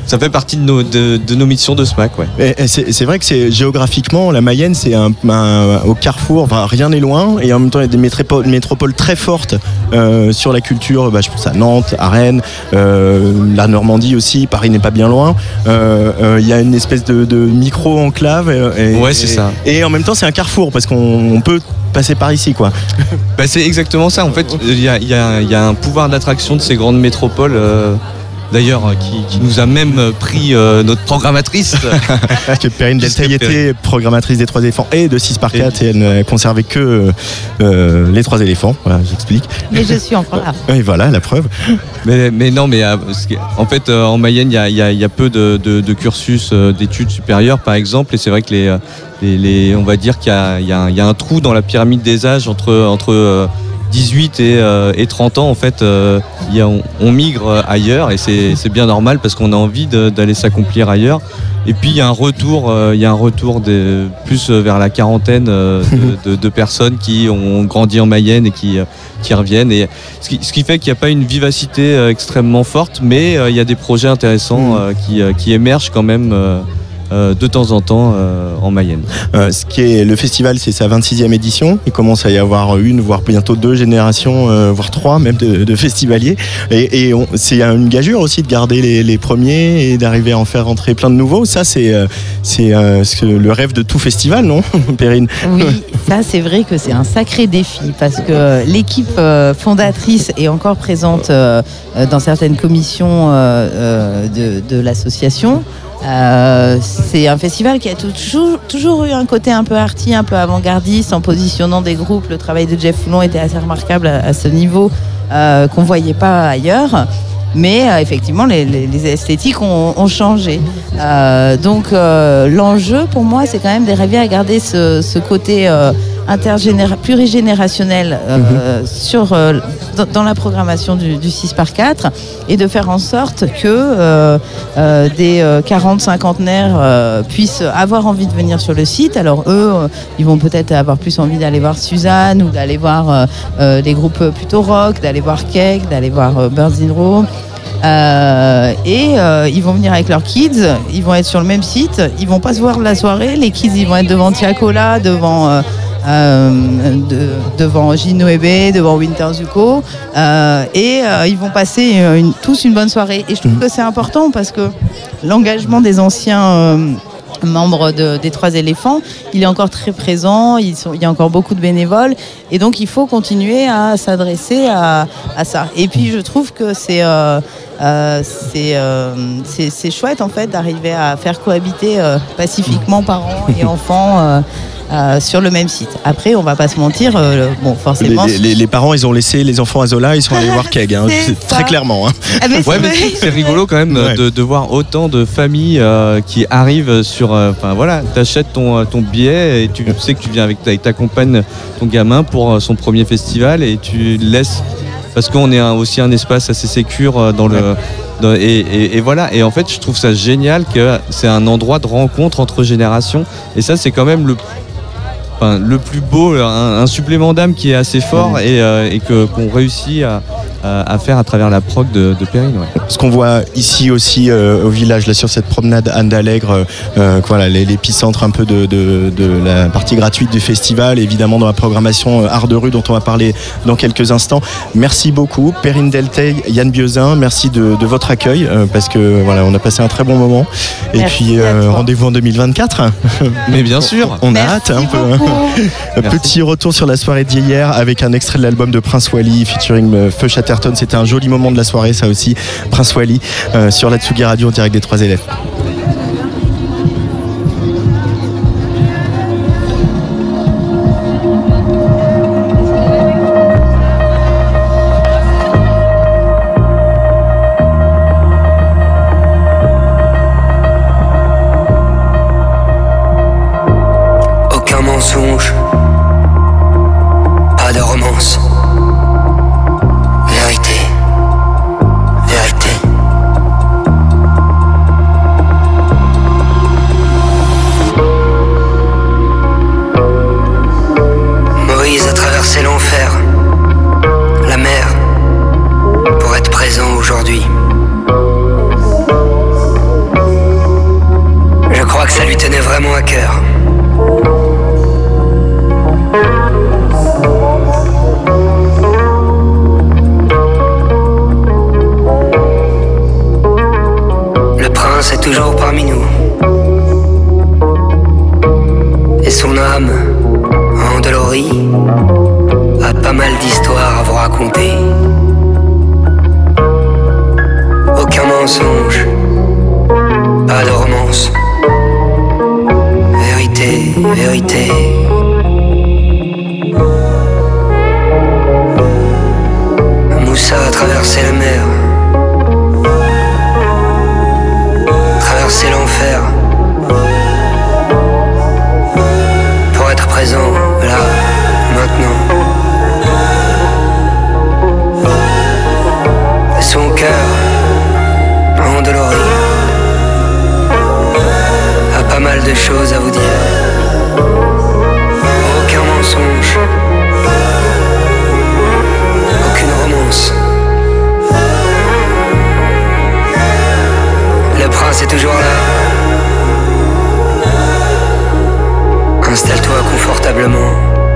ça fait partie de nos missions de SMAC, ouais. Et c'est vrai que c'est géographiquement la Mayenne, c'est au carrefour, enfin, rien n'est loin, et en même temps il y a des métropoles très fortes sur la culture. Je pense à Nantes, à Rennes, la Normandie aussi. Paris n'est pas bien loin. Il y a une espèce de micro-enclave. Ouais, c'est ça. Et en même temps c'est un carrefour parce qu'on peut passer par ici, quoi. C'est exactement ça. En fait, il y a un pouvoir d'attraction de ces grandes métropoles. D'ailleurs, qui nous a même pris notre programmatrice. Que Perrine Delteil était programmatrice des 3 éléphants et de 6x4 et elle ne conservait que les 3 éléphants. Voilà, j'explique. Mais je suis encore là. Et voilà, la preuve. Mais non, en fait, en Mayenne, il y a peu de cursus d'études supérieures, par exemple, et c'est vrai que on va dire qu'il y a un trou dans la pyramide des âges entre 18 et 30 ans, en fait, on migre ailleurs, et c'est bien normal parce qu'on a envie d'aller s'accomplir ailleurs. Et puis il y a un retour plus vers la quarantaine de personnes qui ont grandi en Mayenne et qui reviennent. Et ce qui fait qu'il n'y a pas une vivacité extrêmement forte, mais il y a des projets intéressants qui émergent quand même. De temps en temps en Mayenne. Ce qui est le festival, c'est sa 26e édition. Il commence à y avoir une, voire bientôt 2 générations, voire 3 même de festivaliers. Et c'est une gageure aussi de garder les premiers et d'arriver à en faire rentrer plein de nouveaux. Ça, c'est le rêve de tout festival, non, Perrine? Oui, ça c'est vrai que c'est un sacré défi parce que l'équipe fondatrice est encore présente dans certaines commissions de l'association. C'est un festival qui a toujours eu un côté un peu arty, un peu avant-gardiste en positionnant des groupes. Le travail de Jeff Foulon était assez remarquable à ce niveau qu'on ne voyait pas ailleurs. Mais effectivement, les esthétiques ont changé. Donc l'enjeu pour moi, c'est quand même d'arriver à garder ce côté plurigénérationnel dans la programmation du 6x4 et de faire en sorte que des 40-50naires puissent avoir envie de venir sur le site. Alors eux, ils vont peut-être avoir plus envie d'aller voir Suzanne ou d'aller voir des groupes plutôt rock, d'aller voir Cake, d'aller voir Birds in Row. Ils vont venir avec leurs kids, ils vont être sur le même site, ils vont pas se voir la soirée, les kids ils vont être devant Tiakola, devant Gino Ebe, devant Winter Zuko, ils vont passer tous une bonne soirée. Et je trouve que c'est important parce que l'engagement des anciens membres des 3 éléphants, il est encore très présent, il y a encore beaucoup de bénévoles et donc il faut continuer à s'adresser à ça. Et puis je trouve que c'est chouette en fait d'arriver à faire cohabiter pacifiquement parents et enfants sur le même site. Après, on va pas se mentir, forcément. Les parents, ils ont laissé les enfants à Zola, ils sont allés voir Keg, très clairement. Mais c'est rigolo quand même de voir autant de familles qui arrivent sur. T'achètes ton billet et tu sais que tu viens avec ta compagne, ton gamin pour son premier festival et tu laisses. Parce qu'on est aussi un espace assez sécure et voilà. Et en fait, je trouve ça génial que c'est un endroit de rencontre entre générations. Et ça, c'est quand même le plus beau, un supplément d'âme qui est assez fort et qu'on réussit à faire à travers la prog de Perrine. Ouais. Ce qu'on voit ici aussi au village, là sur cette promenade Anne d'Allègre, l'épicentre un peu de la partie gratuite du festival, évidemment dans la programmation Art de rue dont on va parler dans quelques instants. Merci beaucoup Perrine Delteil, Yann Biozin, merci de votre accueil parce que on a passé un très bon moment. Et puis rendez-vous en 2024. Mais bien sûr. On a hâte un peu. Petit retour sur la soirée d'hier avec un extrait de l'album de Prince Wally featuring Feu Chatterton. C'était un joli moment de la soirée, ça aussi. Prince Wally sur la Tsugi Radio en direct des 3 élèves. Aucun mensonge, pas de romance. Vérité. vraiment à cœur. Le prince est toujours parmi nous. Et son âme, endolorie, a pas mal d'histoires à vous raconter. Aucun mensonge, pas de romance. Vérité, vérité. Moussa a traversé la mer, traversé l'enfer, pour être présent là, maintenant. Son cœur, endolori, a pas mal de choses à vous dire. Aucun mensonge, aucune romance. Le prince est toujours là. Installe-toi confortablement.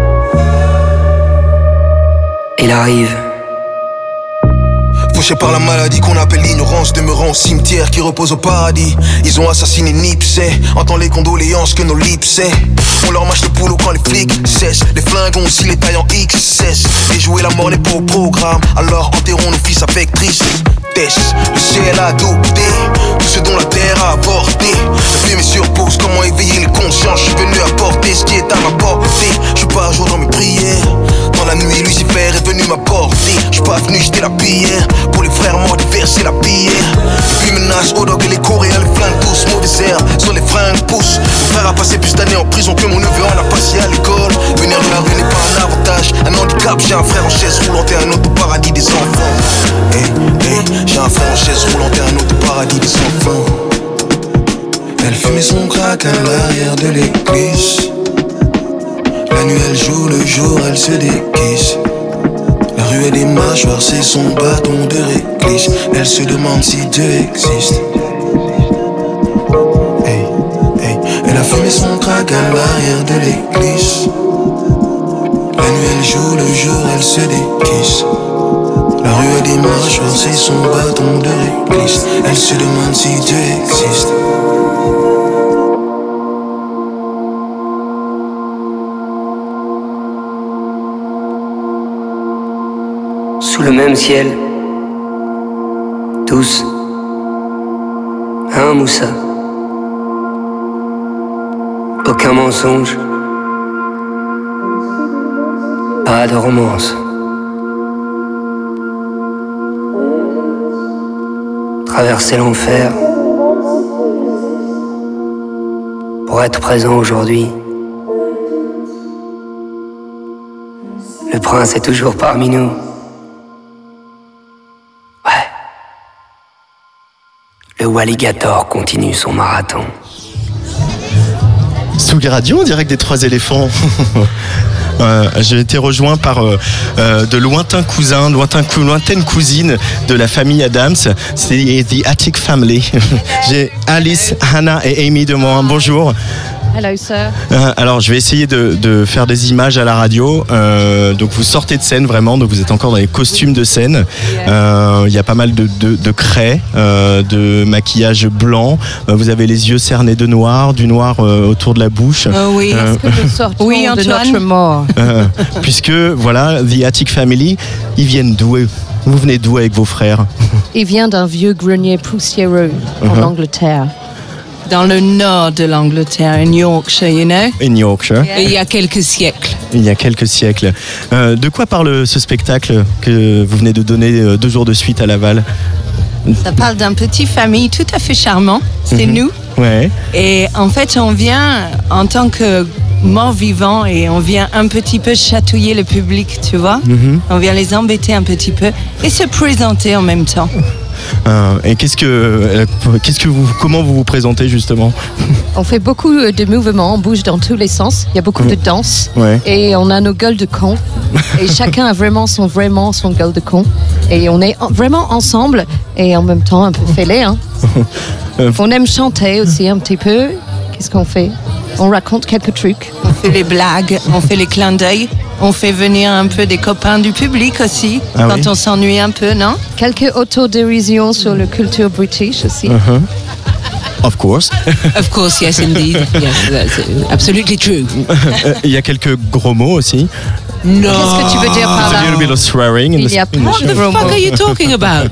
Il arrive. Fauché par la maladie qu'on appelle l'ignorance, demeurant au cimetière qui repose au paradis. Ils ont assassiné Nipsey, entend les condoléances que nos lips c'est. On leur mâche le boulot quand les flics cessent. Les flingues ont aussi les tailles en XS. Et jouer la mort n'est pas au programme, alors enterrons nos fils avec tristesse. Le ciel a adopté tout ce dont la terre a avorté. Le film est sur pause, comment éveiller les consciences. Je suis venu apporter ce qui est à ma portée. Je suis pas à jour dans mes prières. Dans la nuit, Lucifer est venu m'apporter. Je suis pas venu jeter la pierre. Pour les frères morts, déverser la pierre. Et puis menace au dog et les coréens, les flingues tous. Mauvais air, sur les fringues poussent. Mon frère a passé plus d'années en prison que mon neveu en a passé à l'école. Venir de la rue n'est pas un avantage. Un handicap, j'ai un frère en chaise roulante et un autre au paradis des enfants. J'ai un frère en chaise roulante et un autre au paradis des enfants. Elle fumait son crack à l'arrière de l'église. La nuit elle joue, le jour elle se déguise. La rue a des mâchoires, c'est son bâton de réglisse. Elle se demande si Dieu existe. Elle a fumé son crack à l'arrière de l'église. La nuit elle joue, le jour elle se déguise. La rue a des mâchoires, c'est son bâton de réglisse. Elle se demande si Dieu existe. Sous le même ciel, tous, hein Moussa? Aucun mensonge, pas de romance. Traverser l'enfer pour être présent aujourd'hui. Le prince est toujours parmi nous. Le Walligator continue son marathon. Tsugi Radio en direct des Trois Éléphants. J'ai été rejoint par de lointains cousins, lointaines cousines de la famille Adams. C'est The Attic Family. J'ai Alice, Hannah et Amy de moi. Bonjour. Hello, sir. Alors, je vais essayer de faire des images à la radio. Donc, vous sortez de scène vraiment. Donc, vous êtes encore dans les costumes de scène. Il y a pas mal de craie, de maquillage blanc. Vous avez les yeux cernés de noir, du noir autour de la bouche. Oui, est-ce que nous sortons de notre mort? Puisque, voilà, The Attic Family, ils viennent d'où? Vous venez d'où avec vos frères? Il vient d'un vieux grenier poussiéreux en Angleterre. Dans le nord de l'Angleterre, in Yorkshire, you know? In Yorkshire. Et il y a quelques siècles. Il y a quelques siècles. De quoi parle ce spectacle que vous venez de donner 2 jours de suite à Laval? Ça parle d'une petite famille tout à fait charmant. C'est nous. Ouais. Et en fait, on vient en tant que morts-vivants et on vient un petit peu chatouiller le public, tu vois? On vient les embêter un petit peu et se présenter en même temps. Et comment vous vous présentez justement? On fait beaucoup de mouvements, on bouge dans tous les sens. Il y a beaucoup de danse et on a nos gueules de con. Et chacun a vraiment son gueule de con. Et on est vraiment ensemble et en même temps un peu fêlés. Hein. On aime chanter aussi un petit peu. Qu'est-ce qu'on fait? on raconte quelques trucs. On fait les blagues, on fait les clins d'œil. On fait venir un peu des copains du public aussi, quand on s'ennuie un peu, non? Quelques autodérisions sur la culture british aussi. Of course. Of course, yes indeed. Yes, that's absolutely true. Il y a quelques gros mots aussi. No. Qu'est-ce que tu veux dire par là? A little bit of swearing. Il y a pas What the fuck are you talking about?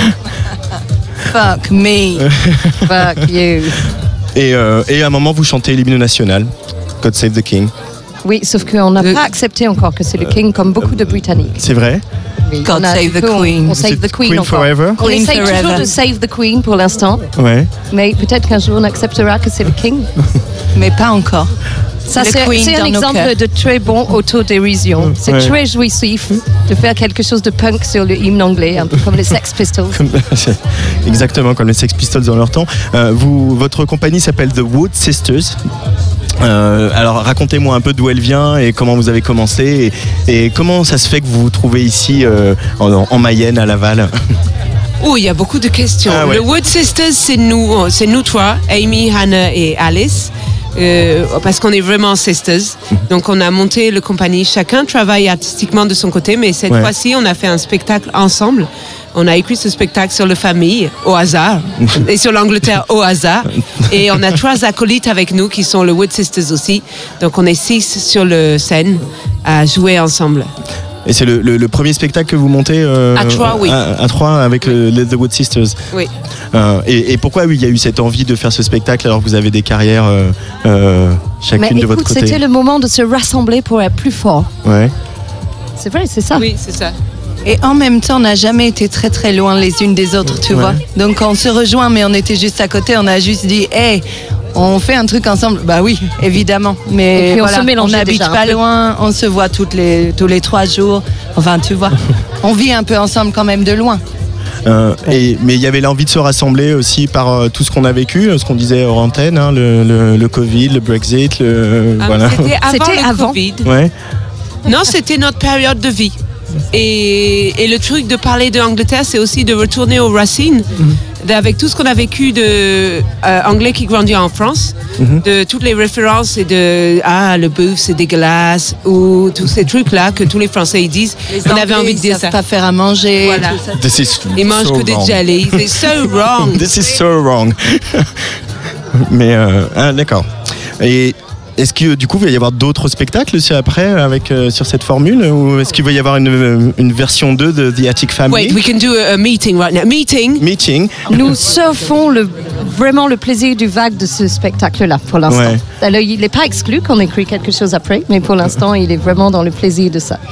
Fuck me. Fuck you. Et à un moment, vous chantez l'hymne national, God Save the King. Oui, sauf qu'on n'a pas accepté encore que c'est le King, comme beaucoup de Britanniques. C'est vrai? Oui, God save the Queen. On save the Queen Queen encore. forever? On Queen essaye forever. toujours de save the Queen pour l'instant, Ouais. mais peut-être qu'un jour on acceptera que c'est le King. Mais pas encore. Ça, Le c'est Queen un dans nos exemple cœurs. de très bon autodérision. C'est Ouais. très jouissif de faire quelque chose de punk sur le hymne anglais, un peu comme les Sex Pistols. Exactement comme les Sex Pistols dans leur temps. Votre compagnie s'appelle The Wood Sisters. Alors racontez-moi un peu d'où elle vient et comment vous avez commencé et comment ça se fait que vous vous trouvez ici en Mayenne, à Laval. Oh, il y a beaucoup de questions. Ah ouais. Le Wood Sisters, c'est nous trois, Amy, Hannah et Alice. Parce qu'on est vraiment sisters. Donc on a monté la compagnie, chacun travaille artistiquement de son côté, mais cette fois-ci on a fait un spectacle ensemble. On a écrit ce spectacle sur la famille au hasard et sur l'Angleterre au hasard. Et on a 3 acolytes avec nous qui sont le Wood Sisters aussi. Donc on est 6 sur la scène à jouer ensemble. Et c'est le premier spectacle que vous montez À 3, oui. À 3 avec The Wood Sisters. Oui. Et pourquoi il y a eu cette envie de faire ce spectacle alors que vous avez des carrières chacune Mais de votre écoute, côté? c'était le moment de se rassembler pour être plus fort. Ouais. C'est vrai, c'est ça. Oui, c'est ça. Et en même temps, on n'a jamais été très très loin les unes des autres, tu vois. Donc on se rejoint, mais on était juste à côté. On a juste dit, hey, on fait un truc ensemble. Bah oui, évidemment. Mais Et puis on voilà, se mélangeait on n'habite déjà un pas peu. loin. On se voit tous les 3 jours. Enfin, tu vois. On vit un peu ensemble quand même de loin. Mais il y avait l'envie de se rassembler aussi par tout ce qu'on a vécu, ce qu'on disait hors antenne, hein, le Covid, le Brexit, voilà. C'était avant le Covid. Ouais. Non, c'était notre période de vie. Et le truc de parler de l'Angleterre, c'est aussi de retourner aux racines, avec tout ce qu'on a vécu de anglais qui grandit en France, de toutes les références et de le bouffe c'est dégueulasse ou tous ces trucs là que tous les Français ils disent. On avait envie de dire ça. Pas faire à manger. Voilà. This is Ils mangent so que des wrong. jellies. C'est so wrong. This is so wrong. Mais d'accord. Et est-ce que du coup il va y avoir d'autres spectacles aussi après avec sur cette formule ou est-ce qu'il va y avoir une version 2 de The Attic Family? Wait, we can do a meeting right now. Meeting. Nous surfons vraiment le plaisir du vague de ce spectacle-là pour l'instant. Ouais. Alors, il n'est pas exclu qu'on écrit quelque chose après, mais pour l'instant, il est vraiment dans le plaisir de ça.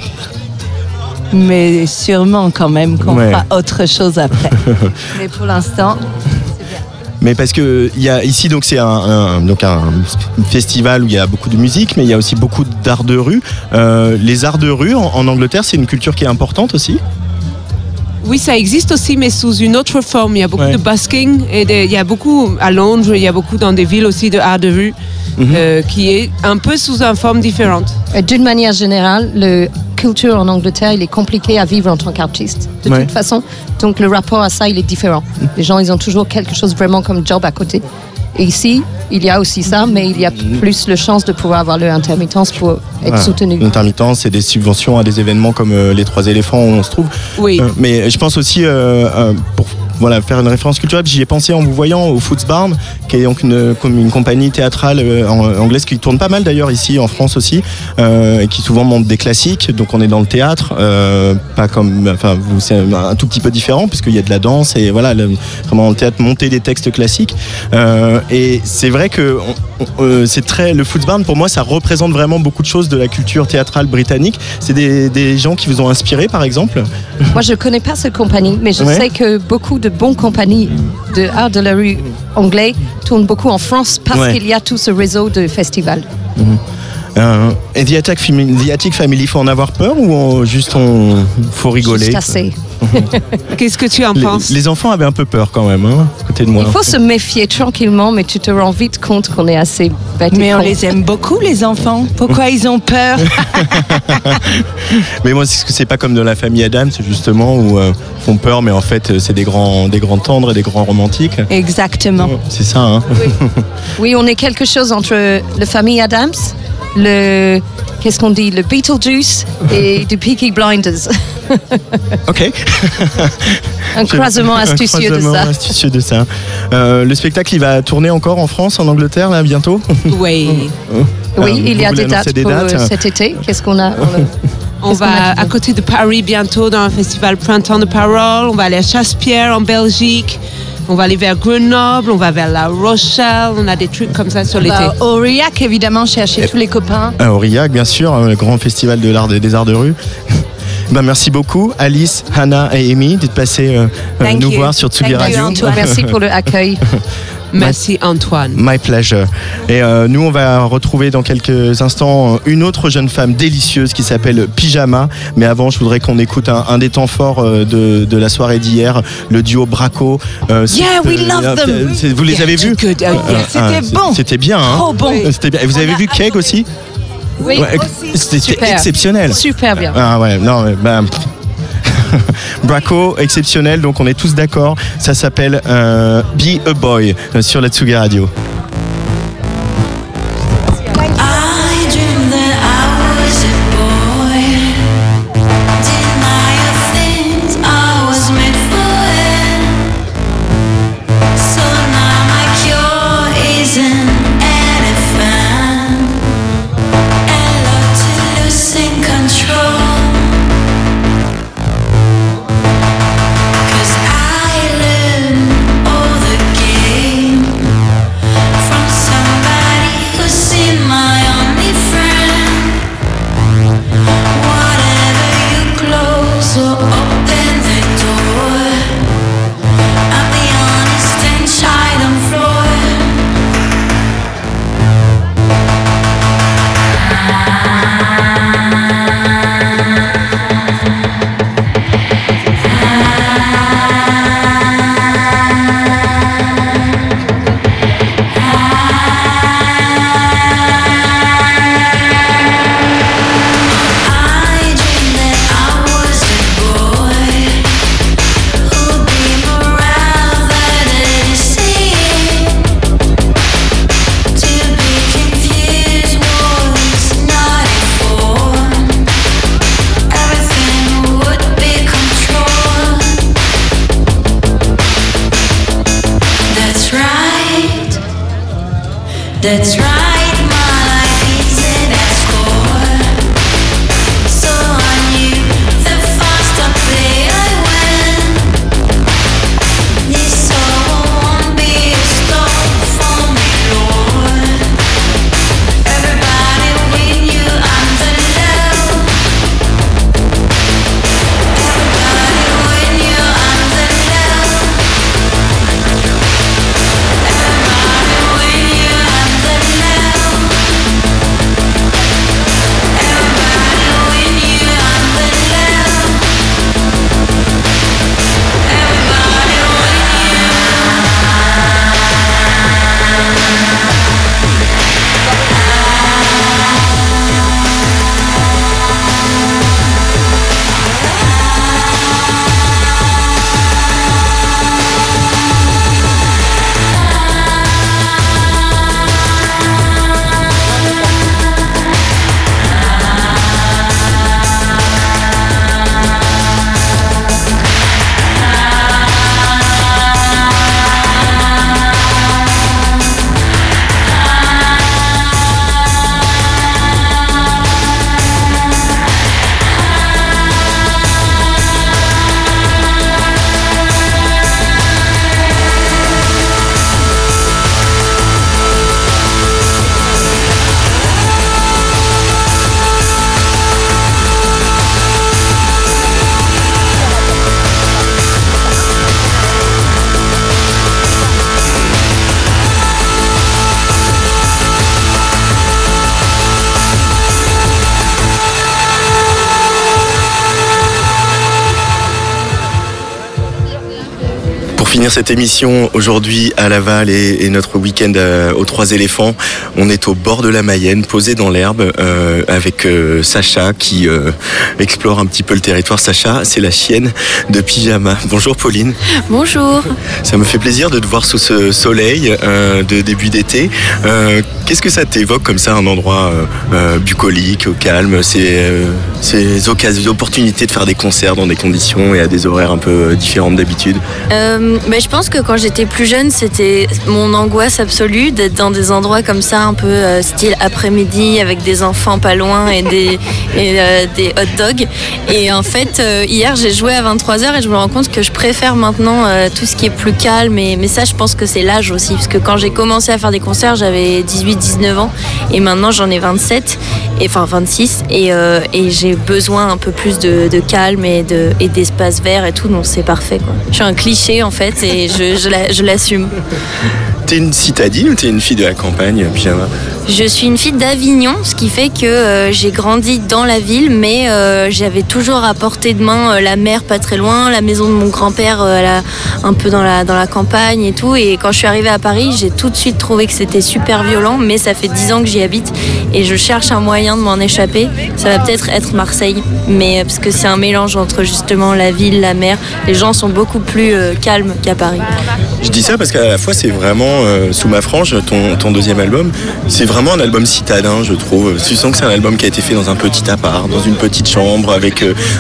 Mais sûrement quand même qu'on Ouais. fera autre chose après. Mais pour l'instant, Mais parce que il y a ici donc c'est un festival où il y a beaucoup de musique, mais il y a aussi beaucoup d'art de rue. Les arts de rue en Angleterre, c'est une culture qui est importante aussi. Oui, ça existe aussi, mais sous une autre forme. Il y a beaucoup de busking et il y a beaucoup à Londres, il y a beaucoup dans des villes aussi de art de rue qui est un peu sous une forme différente. D'une manière générale, la culture en Angleterre, il est compliqué à vivre en tant qu'artiste, de toute façon. Donc le rapport à ça, il est différent. Les gens, ils ont toujours quelque chose vraiment comme job à côté. Et ici, il y a aussi ça, mais il y a plus de chance de pouvoir avoir l'intermittence pour être soutenu. L'intermittence, c'est des subventions à des événements comme les 3 éléphants où on se trouve. Oui. Mais je pense aussi, pour faire une référence culturelle, j'y ai pensé en vous voyant au Foots Barn, qui est donc une compagnie théâtrale anglaise qui tourne pas mal d'ailleurs ici en France aussi, et qui souvent monte des classiques. Donc on est dans le théâtre, pas comme, vous c'est un tout petit peu différent puisqu'il y a de la danse et voilà, vraiment dans le théâtre monter des textes classiques. Et c'est vrai que c'est très, le Foots Barn pour moi ça représente vraiment beaucoup de choses de la culture théâtrale britannique. C'est des gens qui vous ont inspiré par exemple? Moi, je ne connais pas cette compagnie, mais je sais que beaucoup de bonnes compagnies de art de la rue anglais tournent beaucoup en France parce qu'il y a tout ce réseau de festivals. Et The Attic Family, faut en avoir peur ou faut rigoler? Juste assez. Qu'est-ce que tu en penses? Les enfants avaient un peu peur quand même, à côté de moi. Il faut se méfier tranquillement, mais tu te rends vite compte qu'on est assez bête. Mais on les aime beaucoup, les enfants. Pourquoi ils ont peur? Mais moi, c'est pas comme dans la famille Adams, justement, où ils font peur, mais en fait, c'est des grands tendres et des grands romantiques. Exactement. C'est ça, hein? Oui, on est quelque chose entre la famille Adams, qu'est-ce qu'on dit, le Beetlejuice et du Peaky Blinders. Ok. Un croisement astucieux de ça. Le spectacle, il va tourner encore en France, en Angleterre, là, bientôt? Oui. Oui, il y a des dates pour cet été. Qu'est-ce qu'on a? On va à côté de Paris bientôt dans un festival Printemps de Parole. On va aller à Chasse-Pierre en Belgique. On va aller vers Grenoble, on va vers La Rochelle, on a des trucs comme ça sur l'été. Aurillac, évidemment, chercher tous les copains. Aurillac, bien sûr, le grand festival de l'art des arts de rue. Merci beaucoup, Alice, Hannah et Amy, d'être passés nous voir sur Tsugi Radio. Merci pour l'accueil. Merci Antoine. My pleasure. Et nous, on va retrouver dans quelques instants une autre jeune femme délicieuse qui s'appelle Pyjama. Mais avant, je voudrais qu'on écoute un des temps forts de la soirée d'hier, le duo Braco. Yeah, we love them. Vous les avez vus? C'était bon. C'était bien. Hein? Trop bon. C'était bien. Et vous avez vu Keg aussi? Oui, c'était exceptionnel. Super bien. Ah ouais, non, mais Braco, exceptionnel, donc on est tous d'accord. Ça s'appelle Be a Boy sur la Tsugi Radio. That's right, my life is in that score. So I knew the faster play I win. This all won't be a stop for me, Lord. Everybody when you under love. Everybody when you under love. Everybody when you under love. finir cette émission aujourd'hui à Laval et notre week-end aux Trois Éléphants, on est au bord de la Mayenne, posé dans l'herbe avec Sacha qui explore un petit peu le territoire. Sacha, c'est la chienne de Pyjama. Bonjour Pauline. Bonjour. Ça me fait plaisir de te voir sous ce soleil de début d'été. Qu'est-ce que ça t'évoque comme ça, un endroit bucolique, au calme, ces opportunités de faire des concerts dans des conditions et à des horaires un peu différentes d'habitude? Je pense que quand j'étais plus jeune, c'était mon angoisse absolue d'être dans des endroits comme ça, un peu style après-midi avec des enfants pas loin et des hot dogs. Et en fait, hier, j'ai joué à 23h et je me rends compte que je préfère maintenant tout ce qui est plus calme. Mais ça, je pense que c'est l'âge aussi. Parce que quand j'ai commencé à faire des concerts, j'avais 18-19 ans. Et maintenant, j'en ai 27, enfin 26. Et j'ai besoin un peu plus de calme et d'espace vert et tout. Donc c'est parfait, quoi. Je suis un cliché en fait et je l'assume. T'es une citadine ou t'es une fille de la campagne, Pyjama? Je suis une fille d'Avignon, ce qui fait que j'ai grandi dans la ville, mais j'avais toujours à portée de main la mer pas très loin, la maison de mon grand-père un peu dans la campagne et tout. Et quand je suis arrivée à Paris, j'ai tout de suite trouvé que c'était super violent, mais ça fait 10 ans que j'y habite et je cherche un moyen de m'en échapper. Ça va peut-être être Marseille, mais parce que c'est un mélange entre justement la ville, la mer. Les gens sont beaucoup plus calmes qu'à Paris. Je dis ça parce qu'à la fois c'est vraiment Sous ma frange, ton deuxième album, c'est vraiment un album citadin, je trouve. Tu sens que c'est un album qui a été fait dans un petit appart, dans une petite chambre, avec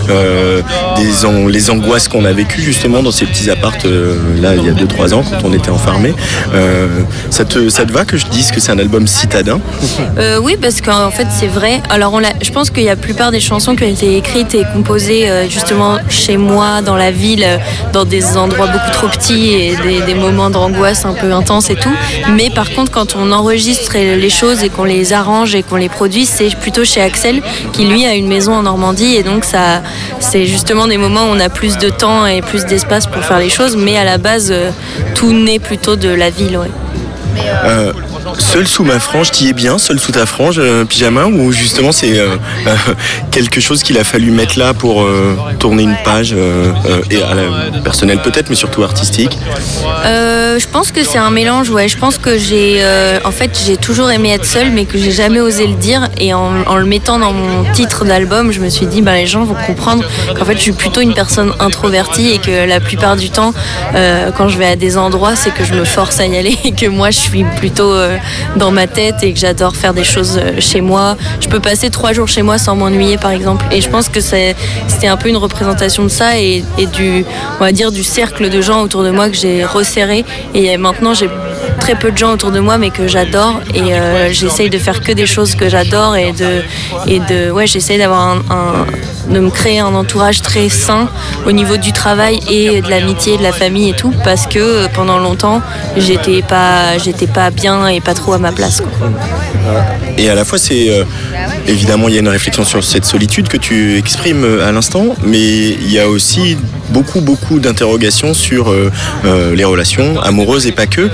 les angoisses qu'on a vécues justement dans ces petits apparts là il y a 2-3 ans quand on était enfermés. Ça te va que je dise que c'est un album citadin? Oui, parce qu'en fait c'est vrai. Alors je pense qu'il y a la plupart des chansons qui ont été écrites et composées justement chez moi, dans la ville, dans des endroits beaucoup trop petits et des moments d'angoisse un peu intenses et tout. Mais par contre, quand on enregistre les choses et qu'on les arrange et qu'on les produit, c'est plutôt chez Axel qui lui a une maison en Normandie et donc ça, c'est justement des moments où on a plus de temps et plus d'espace pour faire les choses. Mais à la base, tout naît plutôt de la ville. Ouais. Seul sous ma frange, t'y es bien, seul sous ta frange, Pyjama, ou justement c'est quelque chose qu'il a fallu mettre là pour tourner une page et personnelle peut-être, mais surtout artistique? Je pense que c'est un mélange, ouais. Je pense que j'ai toujours aimé être seule, mais que j'ai jamais osé le dire. Et en le mettant dans mon titre d'album, je me suis dit, les gens vont comprendre qu'en fait, je suis plutôt une personne introvertie et que la plupart du temps, quand je vais à des endroits, c'est que je me force à y aller et que moi, je suis plutôt dans ma tête et que j'adore faire des choses chez moi. Je peux passer 3 jours chez moi sans m'ennuyer, par exemple. Et je pense que c'était un peu une représentation de ça et on va dire, du cercle de gens autour de moi que j'ai resserré. Et maintenant, j'ai très peu de gens autour de moi, mais que j'adore. Et j'essaye de faire que des choses que j'adore j'essaye de me créer un entourage très sain au niveau du travail et de l'amitié, de la famille et tout, parce que pendant longtemps, j'étais pas bien et pas trop à ma place, quoi. Et à la fois, évidemment, il y a une réflexion sur cette solitude que tu exprimes à l'instant, mais il y a aussi beaucoup d'interrogations sur les relations amoureuses et pas que.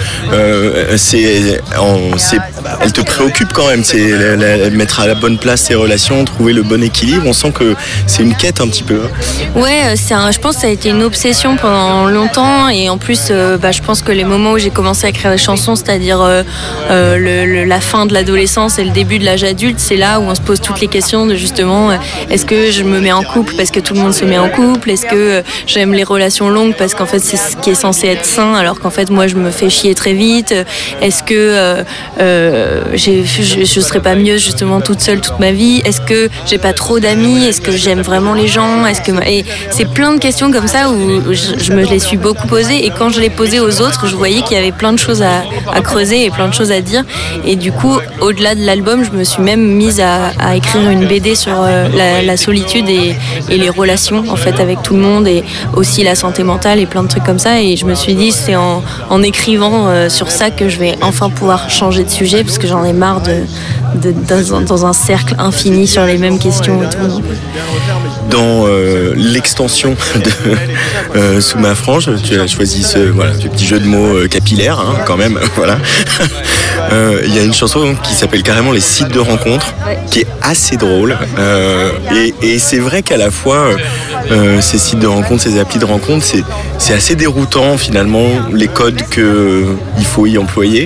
Elle te préoccupe quand même, c'est mettre à la bonne place ces relations, trouver le bon équilibre. On sent que c'est une quête un petit peu. Ouais, je pense que ça a été une obsession pendant longtemps et en plus, je pense que les moments où j'ai commencé à écrire des chansons, c'est-à-dire la fin de l'adolescence et le début de l'âge adulte, c'est là où on se pose toutes les questions de justement, est-ce que je me mets en couple parce que tout le monde se met en couple? Est-ce que j'aime les relations longues parce qu'en fait c'est ce qui est censé être sain alors qu'en fait moi je me fais chier très vite? Est-ce que je serais pas mieux justement toute seule toute ma vie? Est-ce que j'ai pas trop d'amis? Est-ce que j'aime vraiment les gens? Et c'est plein de questions comme ça où je me les suis beaucoup posées et quand je les posais aux autres, je voyais qu'il y avait plein de choses à creuser et plein de choses à dire. Et du coup, au-delà de l'album, je me suis même mise à écrire une BD sur la solitude et les relations en fait avec tout le monde et aussi la santé mentale et plein de trucs comme ça. Et je me suis dit, c'est en écrivant sur ça que je vais enfin pouvoir changer de sujet parce que j'en ai marre dans un cercle infini sur les mêmes questions et tout. Dans l'extension de Sous ma frange, tu as choisi ce petit jeu de mots capillaire, quand même. Voilà. Il y a une chanson qui s'appelle carrément Les sites de rencontres, qui est assez drôle. Et c'est vrai qu'à la fois, ces sites de rencontres, ces applis de rencontres, c'est assez déroutant finalement, les codes qu'il faut y employer.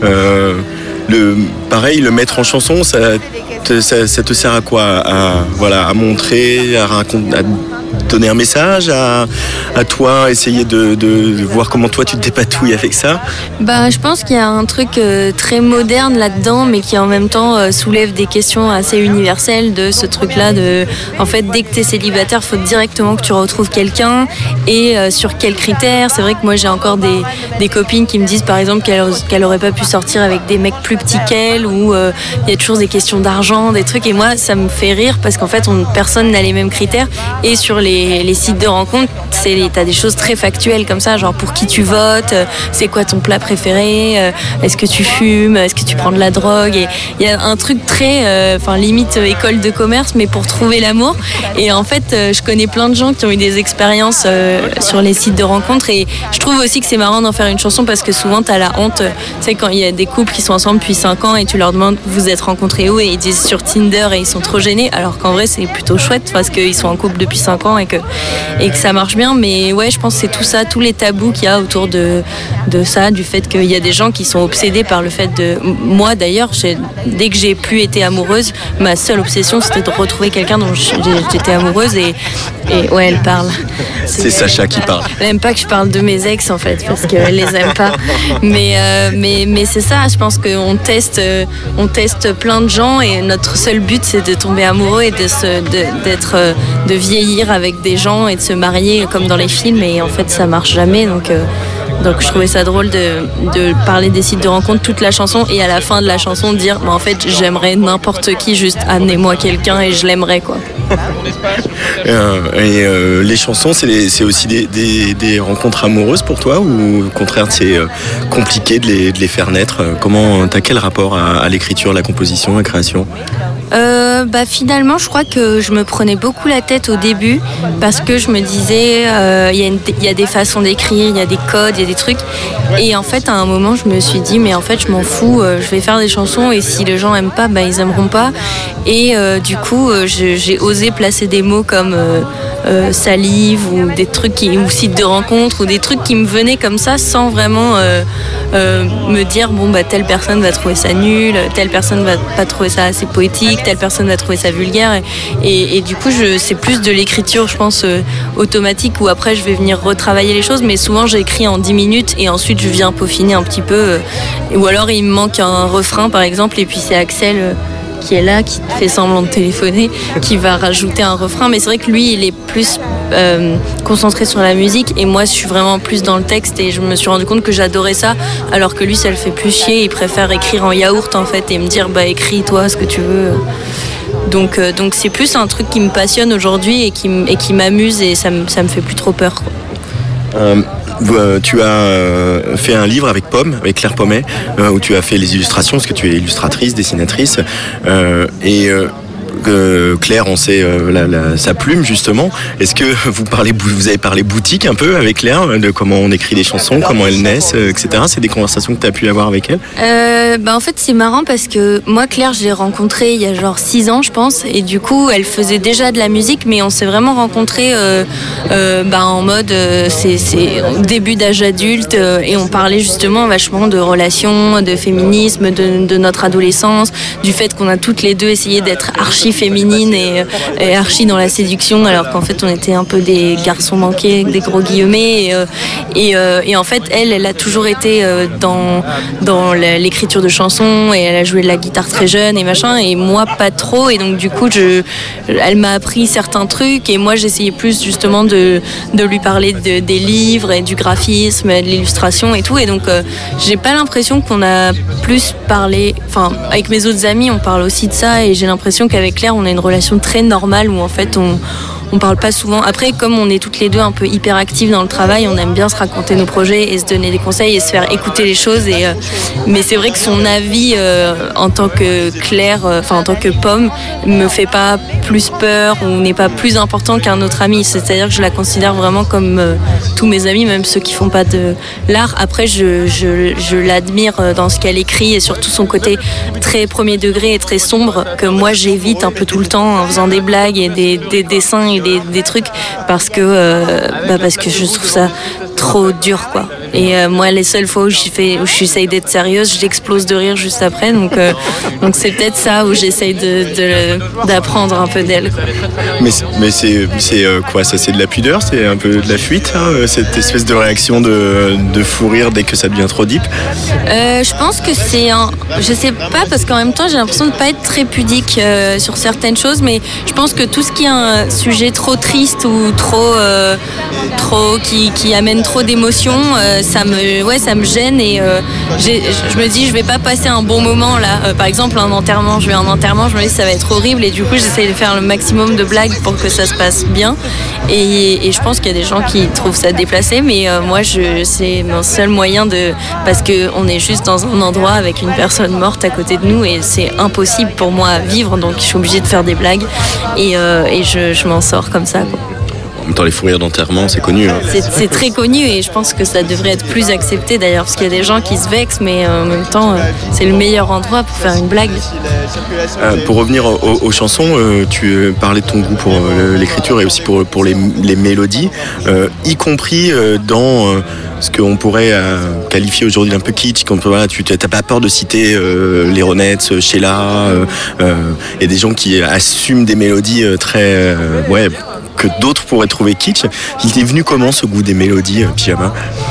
Pareil, le mettre en chanson, ça te sert à quoi? À montrer, à raconter, à donner un message, à toi, essayer de voir comment toi tu te dépatouilles avec ça? Je pense qu'il y a un truc très moderne là-dedans, mais qui en même temps soulève des questions assez universelles de ce truc-là en fait, dès que tu es célibataire, il faut directement que tu retrouves quelqu'un, et sur quels critères. C'est vrai que moi j'ai encore des copines qui me disent par exemple qu'elles n'auraient pas pu sortir avec des mecs plus petits qu'elles, ou il y a toujours des questions d'argent, des trucs, et moi ça me fait rire parce qu'en fait personne n'a les mêmes critères, et sur les sites de rencontres, t'as des choses très factuelles comme ça, genre pour qui tu votes, c'est quoi ton plat préféré, est-ce que tu fumes, est-ce que tu prends de la drogue, et il y a un truc très limite école de commerce, mais pour trouver l'amour. Et en fait je connais plein de gens qui ont eu des expériences sur les sites de rencontres, et je trouve aussi que c'est marrant d'en faire une chanson parce que souvent t'as la honte, tu sais, quand il y a des couples qui sont ensemble depuis 5 ans et tu leur demandes vous êtes rencontrés où, et ils disent sur Tinder, et ils sont trop gênés, alors qu'en vrai c'est plutôt chouette parce qu'ils sont en couple depuis 5 ans et que ça marche bien. Mais ouais, je pense que c'est tout ça, tous les tabous qu'il y a autour de ça, du fait qu'il y a des gens qui sont obsédés par le fait de... Moi d'ailleurs, dès que j'ai plus été amoureuse, ma seule obsession c'était de retrouver quelqu'un dont j'étais amoureuse, et ouais, elle parle. C'est Sacha qui parle. Elle aime pas que je parle de mes ex en fait, parce qu'elle les aime pas. Mais c'est ça, je pense qu'on teste plein de gens, et notre seul but c'est de tomber amoureux et de vieillir avec des gens et de se marier comme dans les films, et en fait ça marche jamais. Donc je trouvais ça drôle de parler des sites de rencontres toute la chanson, et à la fin de la chanson dire en fait j'aimerais n'importe qui, juste amenez-moi quelqu'un et je l'aimerais quoi. Les chansons, c'est aussi des rencontres amoureuses pour toi, ou au contraire c'est compliqué de les faire naître? T'as quel rapport à l'écriture, la composition, la création? Finalement je crois que je me prenais beaucoup la tête au début, parce que je me disais il y a des façons d'écrire, il y a des codes, il y a des trucs, et en fait à un moment je me suis dit mais en fait je m'en fous, je vais faire des chansons, et si les gens aiment pas, ils aimeront pas. Et du coup j'ai osé placer des mots comme salive, ou des trucs ou site de rencontre, ou des trucs qui me venaient comme ça sans vraiment me dire telle personne va trouver ça nul, telle personne va pas trouver ça assez poétique, telle personne va trouver ça vulgaire, et du coup c'est plus de l'écriture je pense automatique, où après je vais venir retravailler les choses, mais souvent j'écris en 10 minutes et ensuite je viens peaufiner un petit peu, ou alors il me manque un refrain par exemple, et puis c'est Axel qui est là, qui fait semblant de téléphoner, qui va rajouter un refrain. Mais c'est vrai que lui, il est plus concentré sur la musique, et moi, je suis vraiment plus dans le texte, et je me suis rendu compte que j'adorais ça, alors que lui, ça le fait plus chier. Il préfère écrire en yaourt, en fait, et me dire, écris-toi ce que tu veux. Donc c'est plus un truc qui me passionne aujourd'hui et qui m'amuse, et ça me fait plus trop peur, quoi. Tu as fait un livre avec Claire Pommet, où tu as fait les illustrations, parce que tu es illustratrice, dessinatrice, et Claire, on sait sa plume justement. Est-ce que vous avez parlé boutique un peu avec Claire, de comment on écrit des chansons, comment elles naissent, etc. C'est des conversations que tu as pu avoir avec elle? En fait c'est marrant parce que moi Claire je l'ai rencontrée il y a genre 6 ans je pense, et du coup elle faisait déjà de la musique, mais on s'est vraiment rencontrés en mode c'est début d'âge adulte, et on parlait justement vachement de relations, de féminisme, de notre adolescence, du fait qu'on a toutes les deux essayé d'être archi féminine et archi dans la séduction, alors qu'en fait on était un peu des garçons manqués avec des gros guillemets, et en fait elle a toujours été dans l'écriture de chansons, et elle a joué de la guitare très jeune et machin, et moi pas trop, et donc du coup elle m'a appris certains trucs, et moi j'essayais plus justement de lui parler des livres et du graphisme, de l'illustration et tout, et donc j'ai pas l'impression qu'on a plus parlé, enfin avec mes autres amis on parle aussi de ça, et j'ai l'impression qu'avec Claire on a une relation très normale, où en fait on parle pas souvent. Après, comme on est toutes les deux un peu hyper actives dans le travail, on aime bien se raconter nos projets et se donner des conseils et se faire écouter les choses. Mais c'est vrai que son avis en tant que Claire, en tant que Pomme, me fait pas plus peur ou n'est pas plus important qu'un autre ami. C'est-à-dire que je la considère vraiment comme tous mes amis, même ceux qui font pas de l'art. Après, je l'admire dans ce qu'elle écrit, et surtout son côté très premier degré et très sombre que moi j'évite un peu tout le temps en faisant des blagues et des dessins et des trucs parce que je trouve ça trop dur, quoi. Et moi, les seules fois où j'essaye d'être sérieuse, j'explose de rire juste après. Donc c'est peut-être ça où j'essaye d'apprendre un peu d'elle. Mais c'est quoi ça? C'est de la pudeur? C'est un peu de la fuite, hein, cette espèce de réaction de fou rire dès que ça devient trop deep? Je pense que je sais pas, parce qu'en même temps j'ai l'impression de pas être très pudique sur certaines choses, mais je pense que tout ce qui est un sujet trop triste ou trop qui amène trop d'émotions, ça me gêne et je me dis je vais pas passer un bon moment là. Par exemple un enterrement, je vais à un enterrement, je me dis ça va être horrible et du coup j'essaye de faire le maximum de blagues pour que ça se passe bien et je pense qu'il y a des gens qui trouvent ça déplacé, mais moi c'est mon seul moyen parce qu'on est juste dans un endroit avec une personne morte à côté de nous et c'est impossible pour moi à vivre, donc je suis obligée de faire des blagues et je m'en sors comme ça, quoi. En même temps, les fous rires d'enterrement, c'est connu. Hein. C'est très connu et je pense que ça devrait être plus accepté d'ailleurs, parce qu'il y a des gens qui se vexent, mais en même temps, c'est le meilleur endroit pour faire une blague. Pour revenir aux chansons, tu parlais de ton goût pour l'écriture et aussi pour les mélodies, y compris dans ce qu'on pourrait qualifier aujourd'hui d'un peu kitsch. Tu n'as pas peur de citer les Ronettes, Sheila, et des gens qui assument des mélodies très... que d'autres pourraient trouver kitsch. Il t'est venu comment ce goût des mélodies, Pyjama?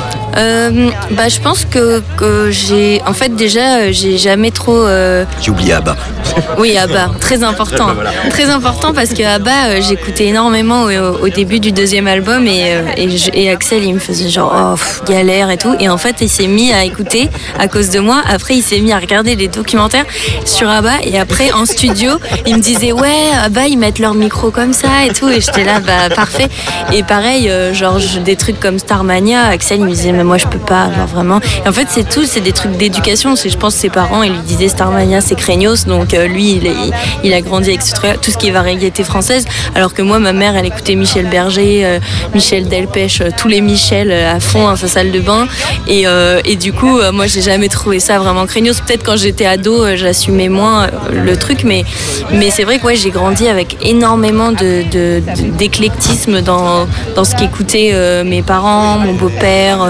Je pense que j'ai... En fait, déjà, j'ai jamais trop... J'ai oublié Abba. Oui, Abba, très important. Voilà. Très important parce que Abba, j'écoutais énormément au début du deuxième album et Axel, il me faisait genre galère et tout. Et en fait, il s'est mis à écouter à cause de moi. Après, il s'est mis à regarder des documentaires sur Abba et après, en studio, il me disait ouais, Abba, ils mettent leur micro comme ça et tout. Et j'étais là, parfait. Et pareil, des trucs comme Starmania, Axel, il me disait mais moi, je peux pas, genre vraiment. Et en fait, c'est des trucs d'éducation. Je pense que ses parents, ils lui disaient Starmania, c'est craignos. Donc, lui, il a grandi avec tout ce qui est variété française, alors que moi, ma mère, elle écoutait Michel Berger, Michel Delpech, tous les Michel à fond dans sa salle de bain. Et du coup, moi, j'ai jamais trouvé ça vraiment craignos. Peut-être quand j'étais ado, j'assumais moins le truc, mais c'est vrai que j'ai grandi avec énormément d'éclectisme dans ce qu'écoutaient mes parents, mon beau-père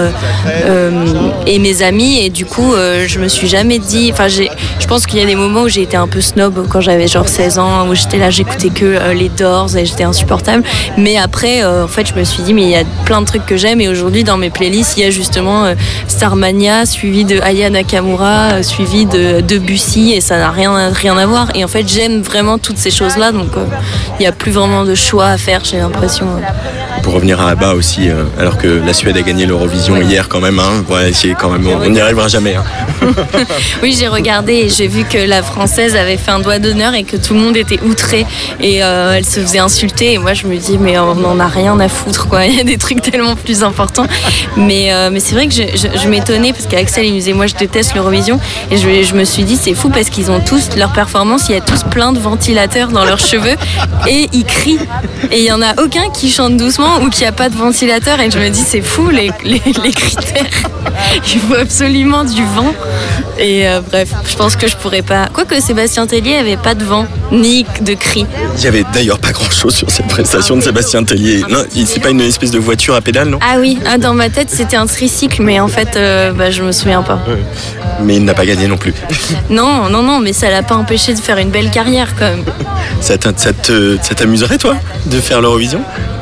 et mes amis. Et du coup, je me suis jamais dit... je pense qu'il y a des moments où j'ai été un peu snob quand j'avais genre 16 ans, où j'étais là, j'écoutais que les Doors et j'étais insupportable. Mais après, en fait, je me suis dit, mais il y a plein de trucs que j'aime. Et aujourd'hui, dans mes playlists, il y a justement Starmania, suivi de Aya Nakamura, suivi de Debussy, et ça n'a rien à voir. Et en fait, j'aime vraiment toutes ces choses-là, donc il n'y a plus vraiment de choix à faire, j'ai l'impression. Pour revenir à Abba aussi, alors que la Suède a gagné l'Eurovision hier quand même, on n'y arrivera jamais. Hein. Oui, j'ai regardé et j'ai vu que la française avait fait un doigt d'honneur et que tout le monde était outré et elle se faisait insulter. Et moi, je me dis, mais on n'en a rien à foutre, quoi. Il y a des trucs tellement plus importants. Mais c'est vrai que je m'étonnais parce qu'Axel, il me disait, moi, je déteste l'Eurovision. Et je me suis dit, c'est fou parce qu'ils ont tous leur performance, il y a tous plein de ventilateurs dans leurs cheveux et ils crient. Et il n'y en a aucun qui chante doucement ou qui a pas de ventilateur. Et je me dis, c'est fou les critères. Il faut absolument du vent. Et bref, je pense que je pourrais pas. Quoique Sébastien Tellier avait pas de vent ni de cris. Il y avait d'ailleurs pas grand chose sur cette prestation de Sébastien Tellier. Non, c'est pas une espèce de voiture à pédales, non? Ah oui, dans ma tête c'était un tricycle, mais en fait je me souviens pas. Mais il n'a pas gagné non plus. Non, mais ça l'a pas empêché de faire une belle carrière quand même. Ça t'amuserait toi de faire l'Eurovision?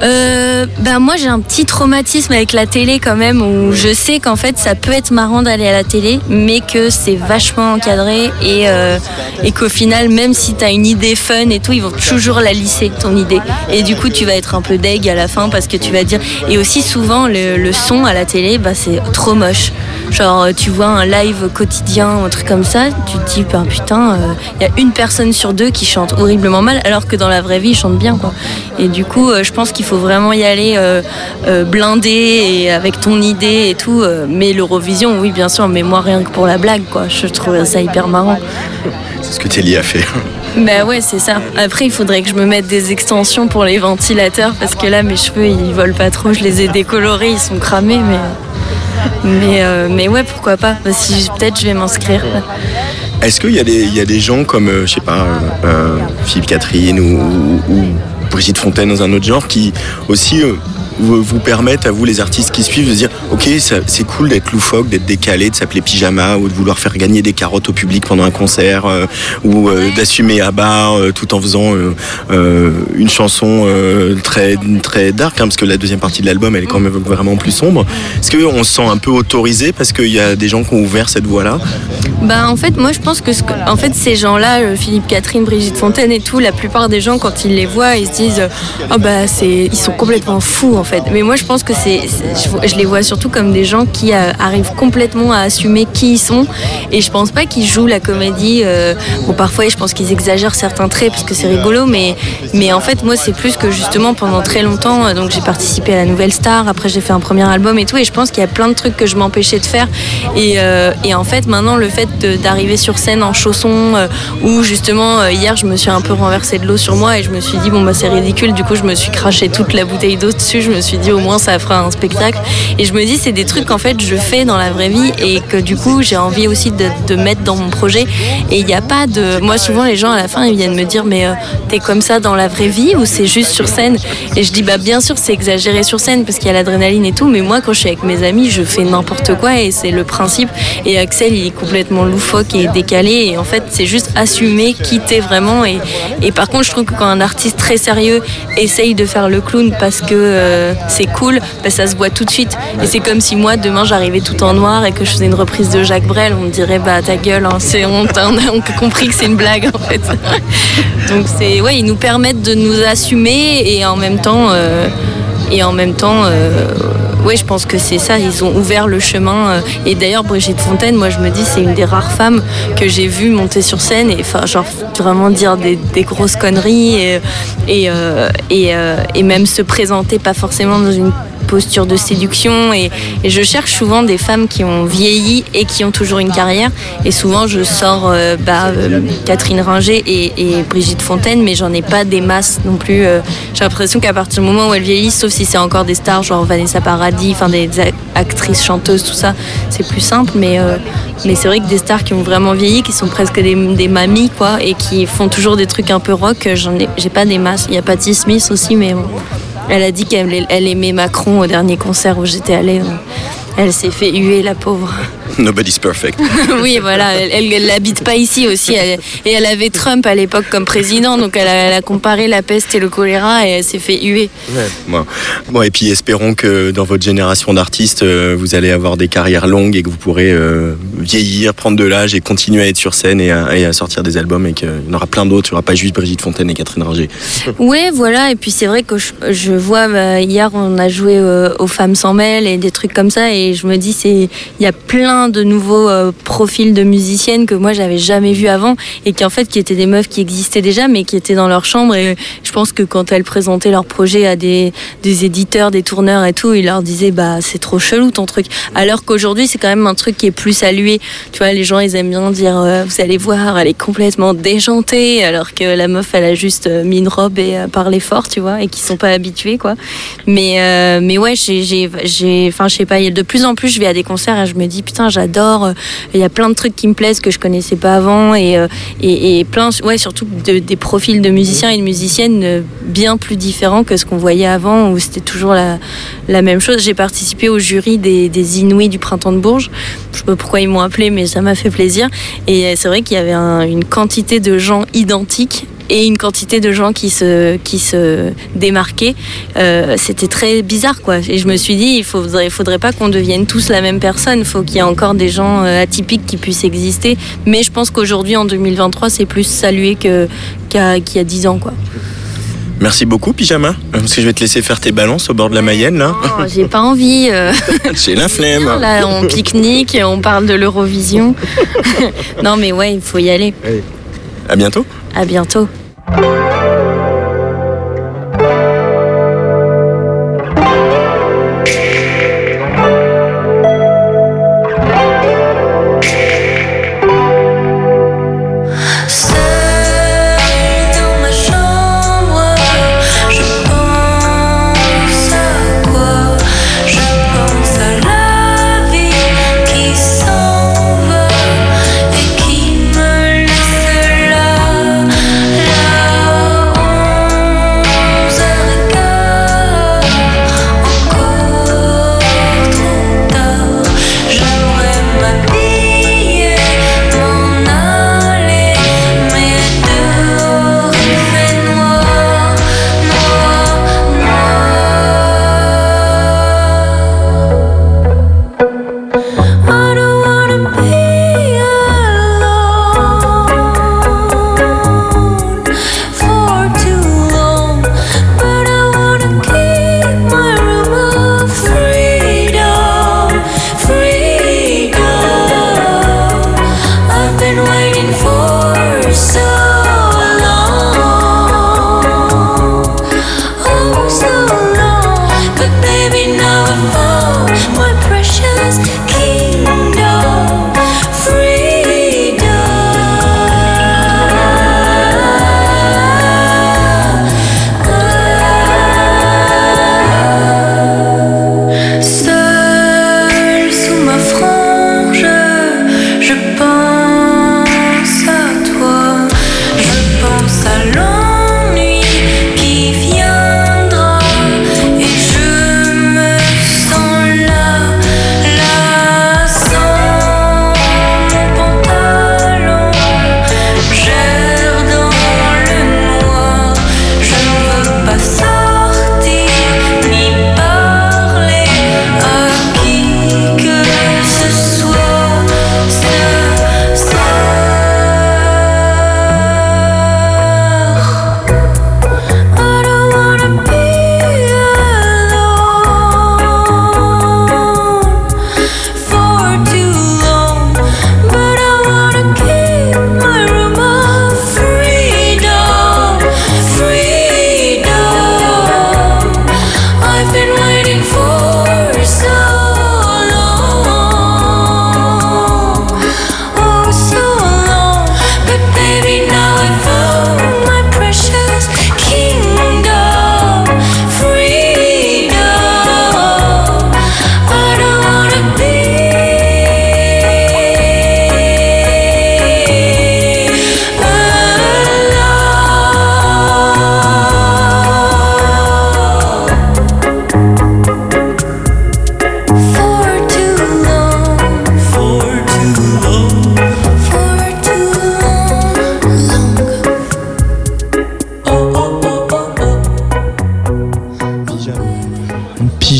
Moi j'ai un petit traumatisme avec la télé quand même, où je sais qu'en fait ça peut être marrant d'aller à la télé, mais que c'est vachement encadré et qu'au final, même si t'as une idée fun et tout, ils vont toujours la lisser, ton idée. Et du coup tu vas être un peu deg à la fin parce que tu vas dire... Et aussi souvent le son à la télé, c'est trop moche. Genre tu vois un live quotidien, un truc comme ça, tu te dis putain, y a une personne sur deux qui chante horriblement mal, alors que dans la vraie vie ils chantent bien, quoi. Et du coup je pense qu'il faut vraiment y aller blindé et avec ton idée et tout, mais l'Eurovision, oui bien sûr, mais moi rien que pour la blague, quoi, je trouve ça hyper marrant. C'est ce que Tellier a fait. Bah ouais, c'est ça. Après il faudrait que je me mette des extensions pour les ventilateurs, parce que là mes cheveux ils volent pas trop, je les ai décolorés, ils sont cramés, mais ouais, pourquoi pas. Peut-être je vais m'inscrire. Est-ce qu'il y a des gens comme, je sais pas, Philippe Catherine ou Brigitte Fontaine dans un autre genre, qui aussi vous permettent à vous, les artistes qui suivent, de dire ok, c'est cool d'être loufoque, d'être décalé, de s'appeler pyjama, ou de vouloir faire gagner des carottes au public pendant un concert, ou d'assumer à bas tout en faisant une chanson très, très dark, parce que la deuxième partie de l'album elle est quand même vraiment plus sombre. Est-ce qu'on se sent un peu autorisé parce qu'il y a des gens qui ont ouvert cette voie-là? En fait, moi je pense que en fait, ces gens-là, Philippe Catherine, Brigitte Fontaine et tout, la plupart des gens quand ils les voient, ils se disent ils sont complètement fous en fait. Mais moi je pense que je les vois surtout comme des gens qui arrivent complètement à assumer qui ils sont, et je pense pas qu'ils jouent la comédie. Parfois je pense qu'ils exagèrent certains traits parce que c'est rigolo, mais en fait moi c'est plus que justement pendant très longtemps, donc j'ai participé à la Nouvelle Star, après j'ai fait un premier album et tout, et je pense qu'il y a plein de trucs que je m'empêchais de faire, et en fait maintenant le fait d'arriver sur scène en chaussons, où justement hier je me suis un peu renversé de l'eau sur moi et je me suis dit c'est ridicule, du coup je me suis craché toute la bouteille d'eau dessus, je me suis dit au moins ça fera un spectacle, et je me dis c'est des trucs qu'en fait je fais dans la vraie vie et que du coup j'ai envie aussi de mettre dans mon projet. Et il n'y a pas de... Moi souvent les gens à la fin ils viennent me dire mais t'es comme ça dans la vraie vie ou c'est juste sur scène? Et je dis bien sûr c'est exagéré sur scène parce qu'il y a l'adrénaline et tout, mais moi quand je suis avec mes amis je fais n'importe quoi et c'est le principe. Et Axel il est complètement loufoque et décalé, et en fait c'est juste assumer qui t'es vraiment, et par contre je trouve que quand un artiste très sérieux essaye de faire le clown parce que c'est cool, ça se voit tout de suite. Et c'est comme si moi demain j'arrivais tout en noir et que je faisais une reprise de Jacques Brel, on me dirait ta gueule, c'est honte, on a compris que c'est une blague en fait. Donc ils nous permettent de nous assumer, et en même temps je pense que c'est ça, ils ont ouvert le chemin. Et d'ailleurs Brigitte Fontaine, moi je me dis c'est une des rares femmes que j'ai vues monter sur scène et vraiment dire des grosses conneries et même se présenter pas forcément dans une posture de séduction, et je cherche souvent des femmes qui ont vieilli et qui ont toujours une carrière, et souvent je sors Catherine Ringer et Brigitte Fontaine, mais j'en ai pas des masses non plus. J'ai l'impression qu'à partir du moment où elles vieillissent, sauf si c'est encore des stars genre Vanessa Paradis, des actrices, chanteuses, tout ça, c'est plus simple, mais c'est vrai que des stars qui ont vraiment vieilli, qui sont presque des mamies quoi, et qui font toujours des trucs un peu rock, j'ai pas des masses. Il y a Patti Smith aussi, mais bon. Elle a dit qu'elle aimait Macron au dernier concert où j'étais allée. Elle s'est fait huer, la pauvre. Nobody's perfect. Oui, voilà, elle n'habite pas ici aussi. Et elle avait Trump à l'époque comme président, donc elle a comparé la peste et le choléra et elle s'est fait huer. Ouais. Bon, et puis espérons que dans votre génération d'artistes, vous allez avoir des carrières longues et que vous pourrez vieillir, prendre de l'âge et continuer à être sur scène et à sortir des albums, et qu'il y en aura plein d'autres. Il n'y aura pas juste Brigitte Fontaine et Catherine Ringer. Ouais, voilà. Et puis c'est vrai que je vois, hier on a joué aux Femmes sans mêle et des trucs comme ça, et je me dis il y a plein de nouveaux profils de musiciennes que moi j'avais jamais vus avant, et qui étaient des meufs qui existaient déjà mais qui étaient dans leur chambre, et je pense que quand elles présentaient leur projet à des éditeurs, des tourneurs et tout, ils leur disaient c'est trop chelou ton truc, alors qu'aujourd'hui c'est quand même un truc qui est plus salué, tu vois. Les gens ils aiment bien dire vous allez voir, elle est complètement déjantée, alors que la meuf elle a juste mis une robe et parlé fort, tu vois, et qui sont pas habitués quoi. Mais ouais, je sais pas, de plus en plus je vais à des concerts et je me dis putain j'adore, il y a plein de trucs qui me plaisent que je connaissais pas avant, et plein, surtout des profils de musiciens et de musiciennes bien plus différents que ce qu'on voyait avant, où c'était toujours la même chose. J'ai participé au jury des Inouïs du Printemps de Bourges, je sais pas pourquoi ils m'ont appelé, mais ça m'a fait plaisir, et c'est vrai qu'il y avait une quantité de gens identiques et une quantité de gens qui se démarquaient. C'était très bizarre quoi, et je me suis dit il faudrait pas qu'on devienne tous la même personne, il faut qu'il y ait encore des gens atypiques qui puissent exister, mais je pense qu'aujourd'hui en 2023 c'est plus salué qu'il y a 10 ans quoi. Merci beaucoup Pyjama, parce que je vais te laisser faire tes balances au bord de la Mayenne là. Oh, j'ai pas envie. J'ai la flemme. Là on pique-nique, on parle de l'Eurovision. Non mais ouais, il faut y aller. À bientôt. À bientôt. Qui me laisse là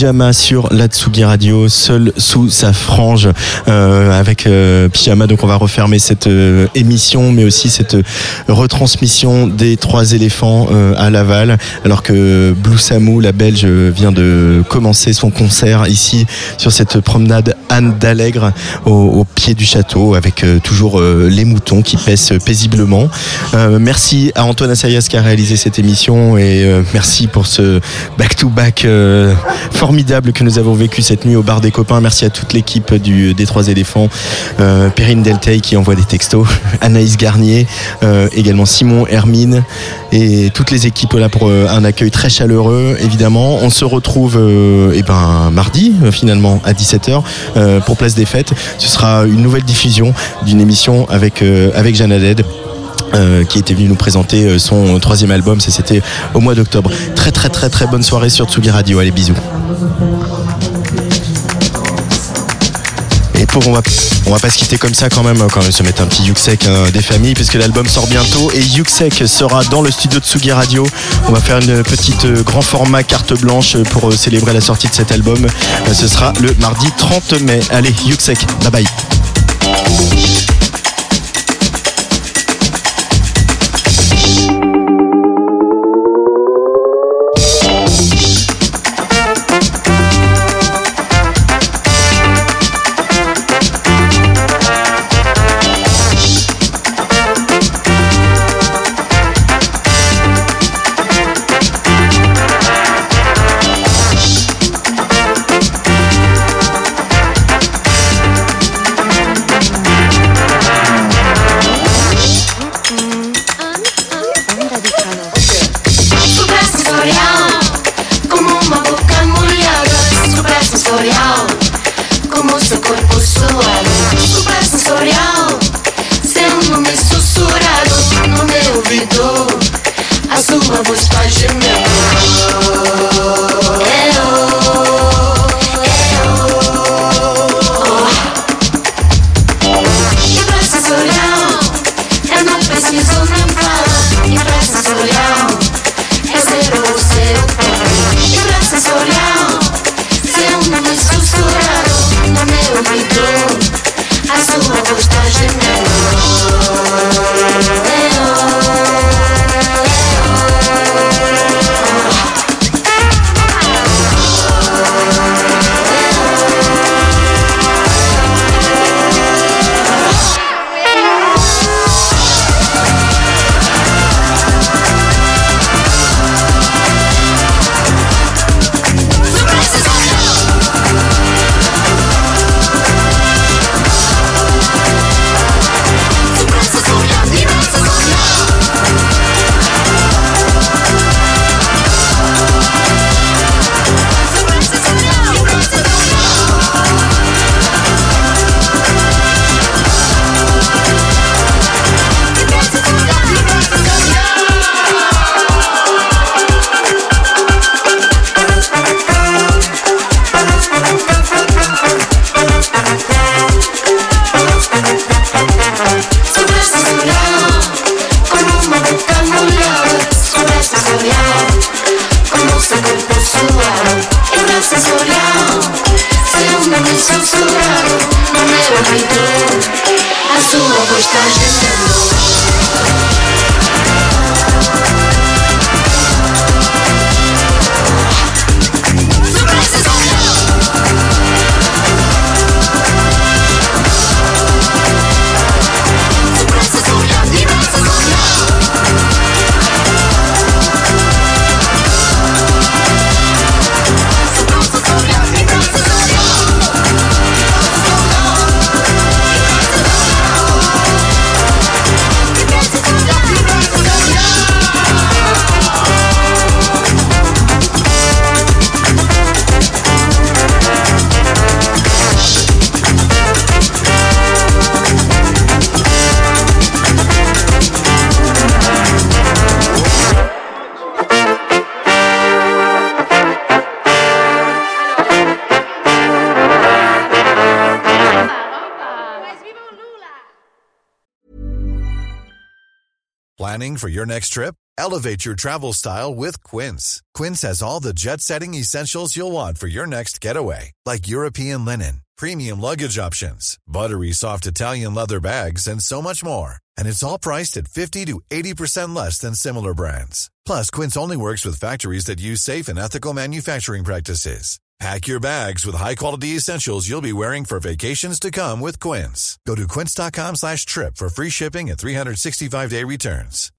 Pyjama sur la Tsugi Radio, seul sous sa frange, avec Pyjama. Donc on va refermer cette émission, mais aussi cette retransmission des 3 éléphants à Laval, alors que Blue Samou, la Belge, vient de commencer son concert ici sur cette promenade Anne d'Allègre au pied du château, avec toujours les moutons qui paissent paisiblement. Merci à Antoine Assayas qui a réalisé cette émission, et merci pour ce back-to-back formidable que nous avons vécu cette nuit au bar des copains. Merci à toute l'équipe des 3 éléphants, Perrine Delteil qui envoie des textos, Anaïs Garnier, également Simon, Hermine et toutes les équipes là pour un accueil très chaleureux. Évidemment, on se retrouve mardi finalement à 17h pour Place des Fêtes. Ce sera une nouvelle diffusion d'une émission avec Jeanne Haddad, qui était venu nous présenter son 3e album. C'était au mois d'octobre. Très très très très bonne soirée sur Tsugi Radio. Allez, bisous. Et on va pas se quitter comme ça quand même se mettre un petit Yuxek des familles, puisque l'album sort bientôt et Yuxek sera dans le studio de Tsugi Radio. On va faire une petite grand format carte blanche pour célébrer la sortie de cet album. Ce sera le mardi 30 mai. Allez, Yuxek, bye bye. Planning for your next trip? Elevate your travel style with Quince. Quince has all the jet-setting essentials you'll want for your next getaway, like European linen, premium luggage options, buttery soft Italian leather bags, and so much more. And it's all priced at 50 to 80% less than similar brands. Plus, Quince only works with factories that use safe and ethical manufacturing practices. Pack your bags with high-quality essentials you'll be wearing for vacations to come with Quince. Go to quince.com/trip for free shipping and 365-day returns.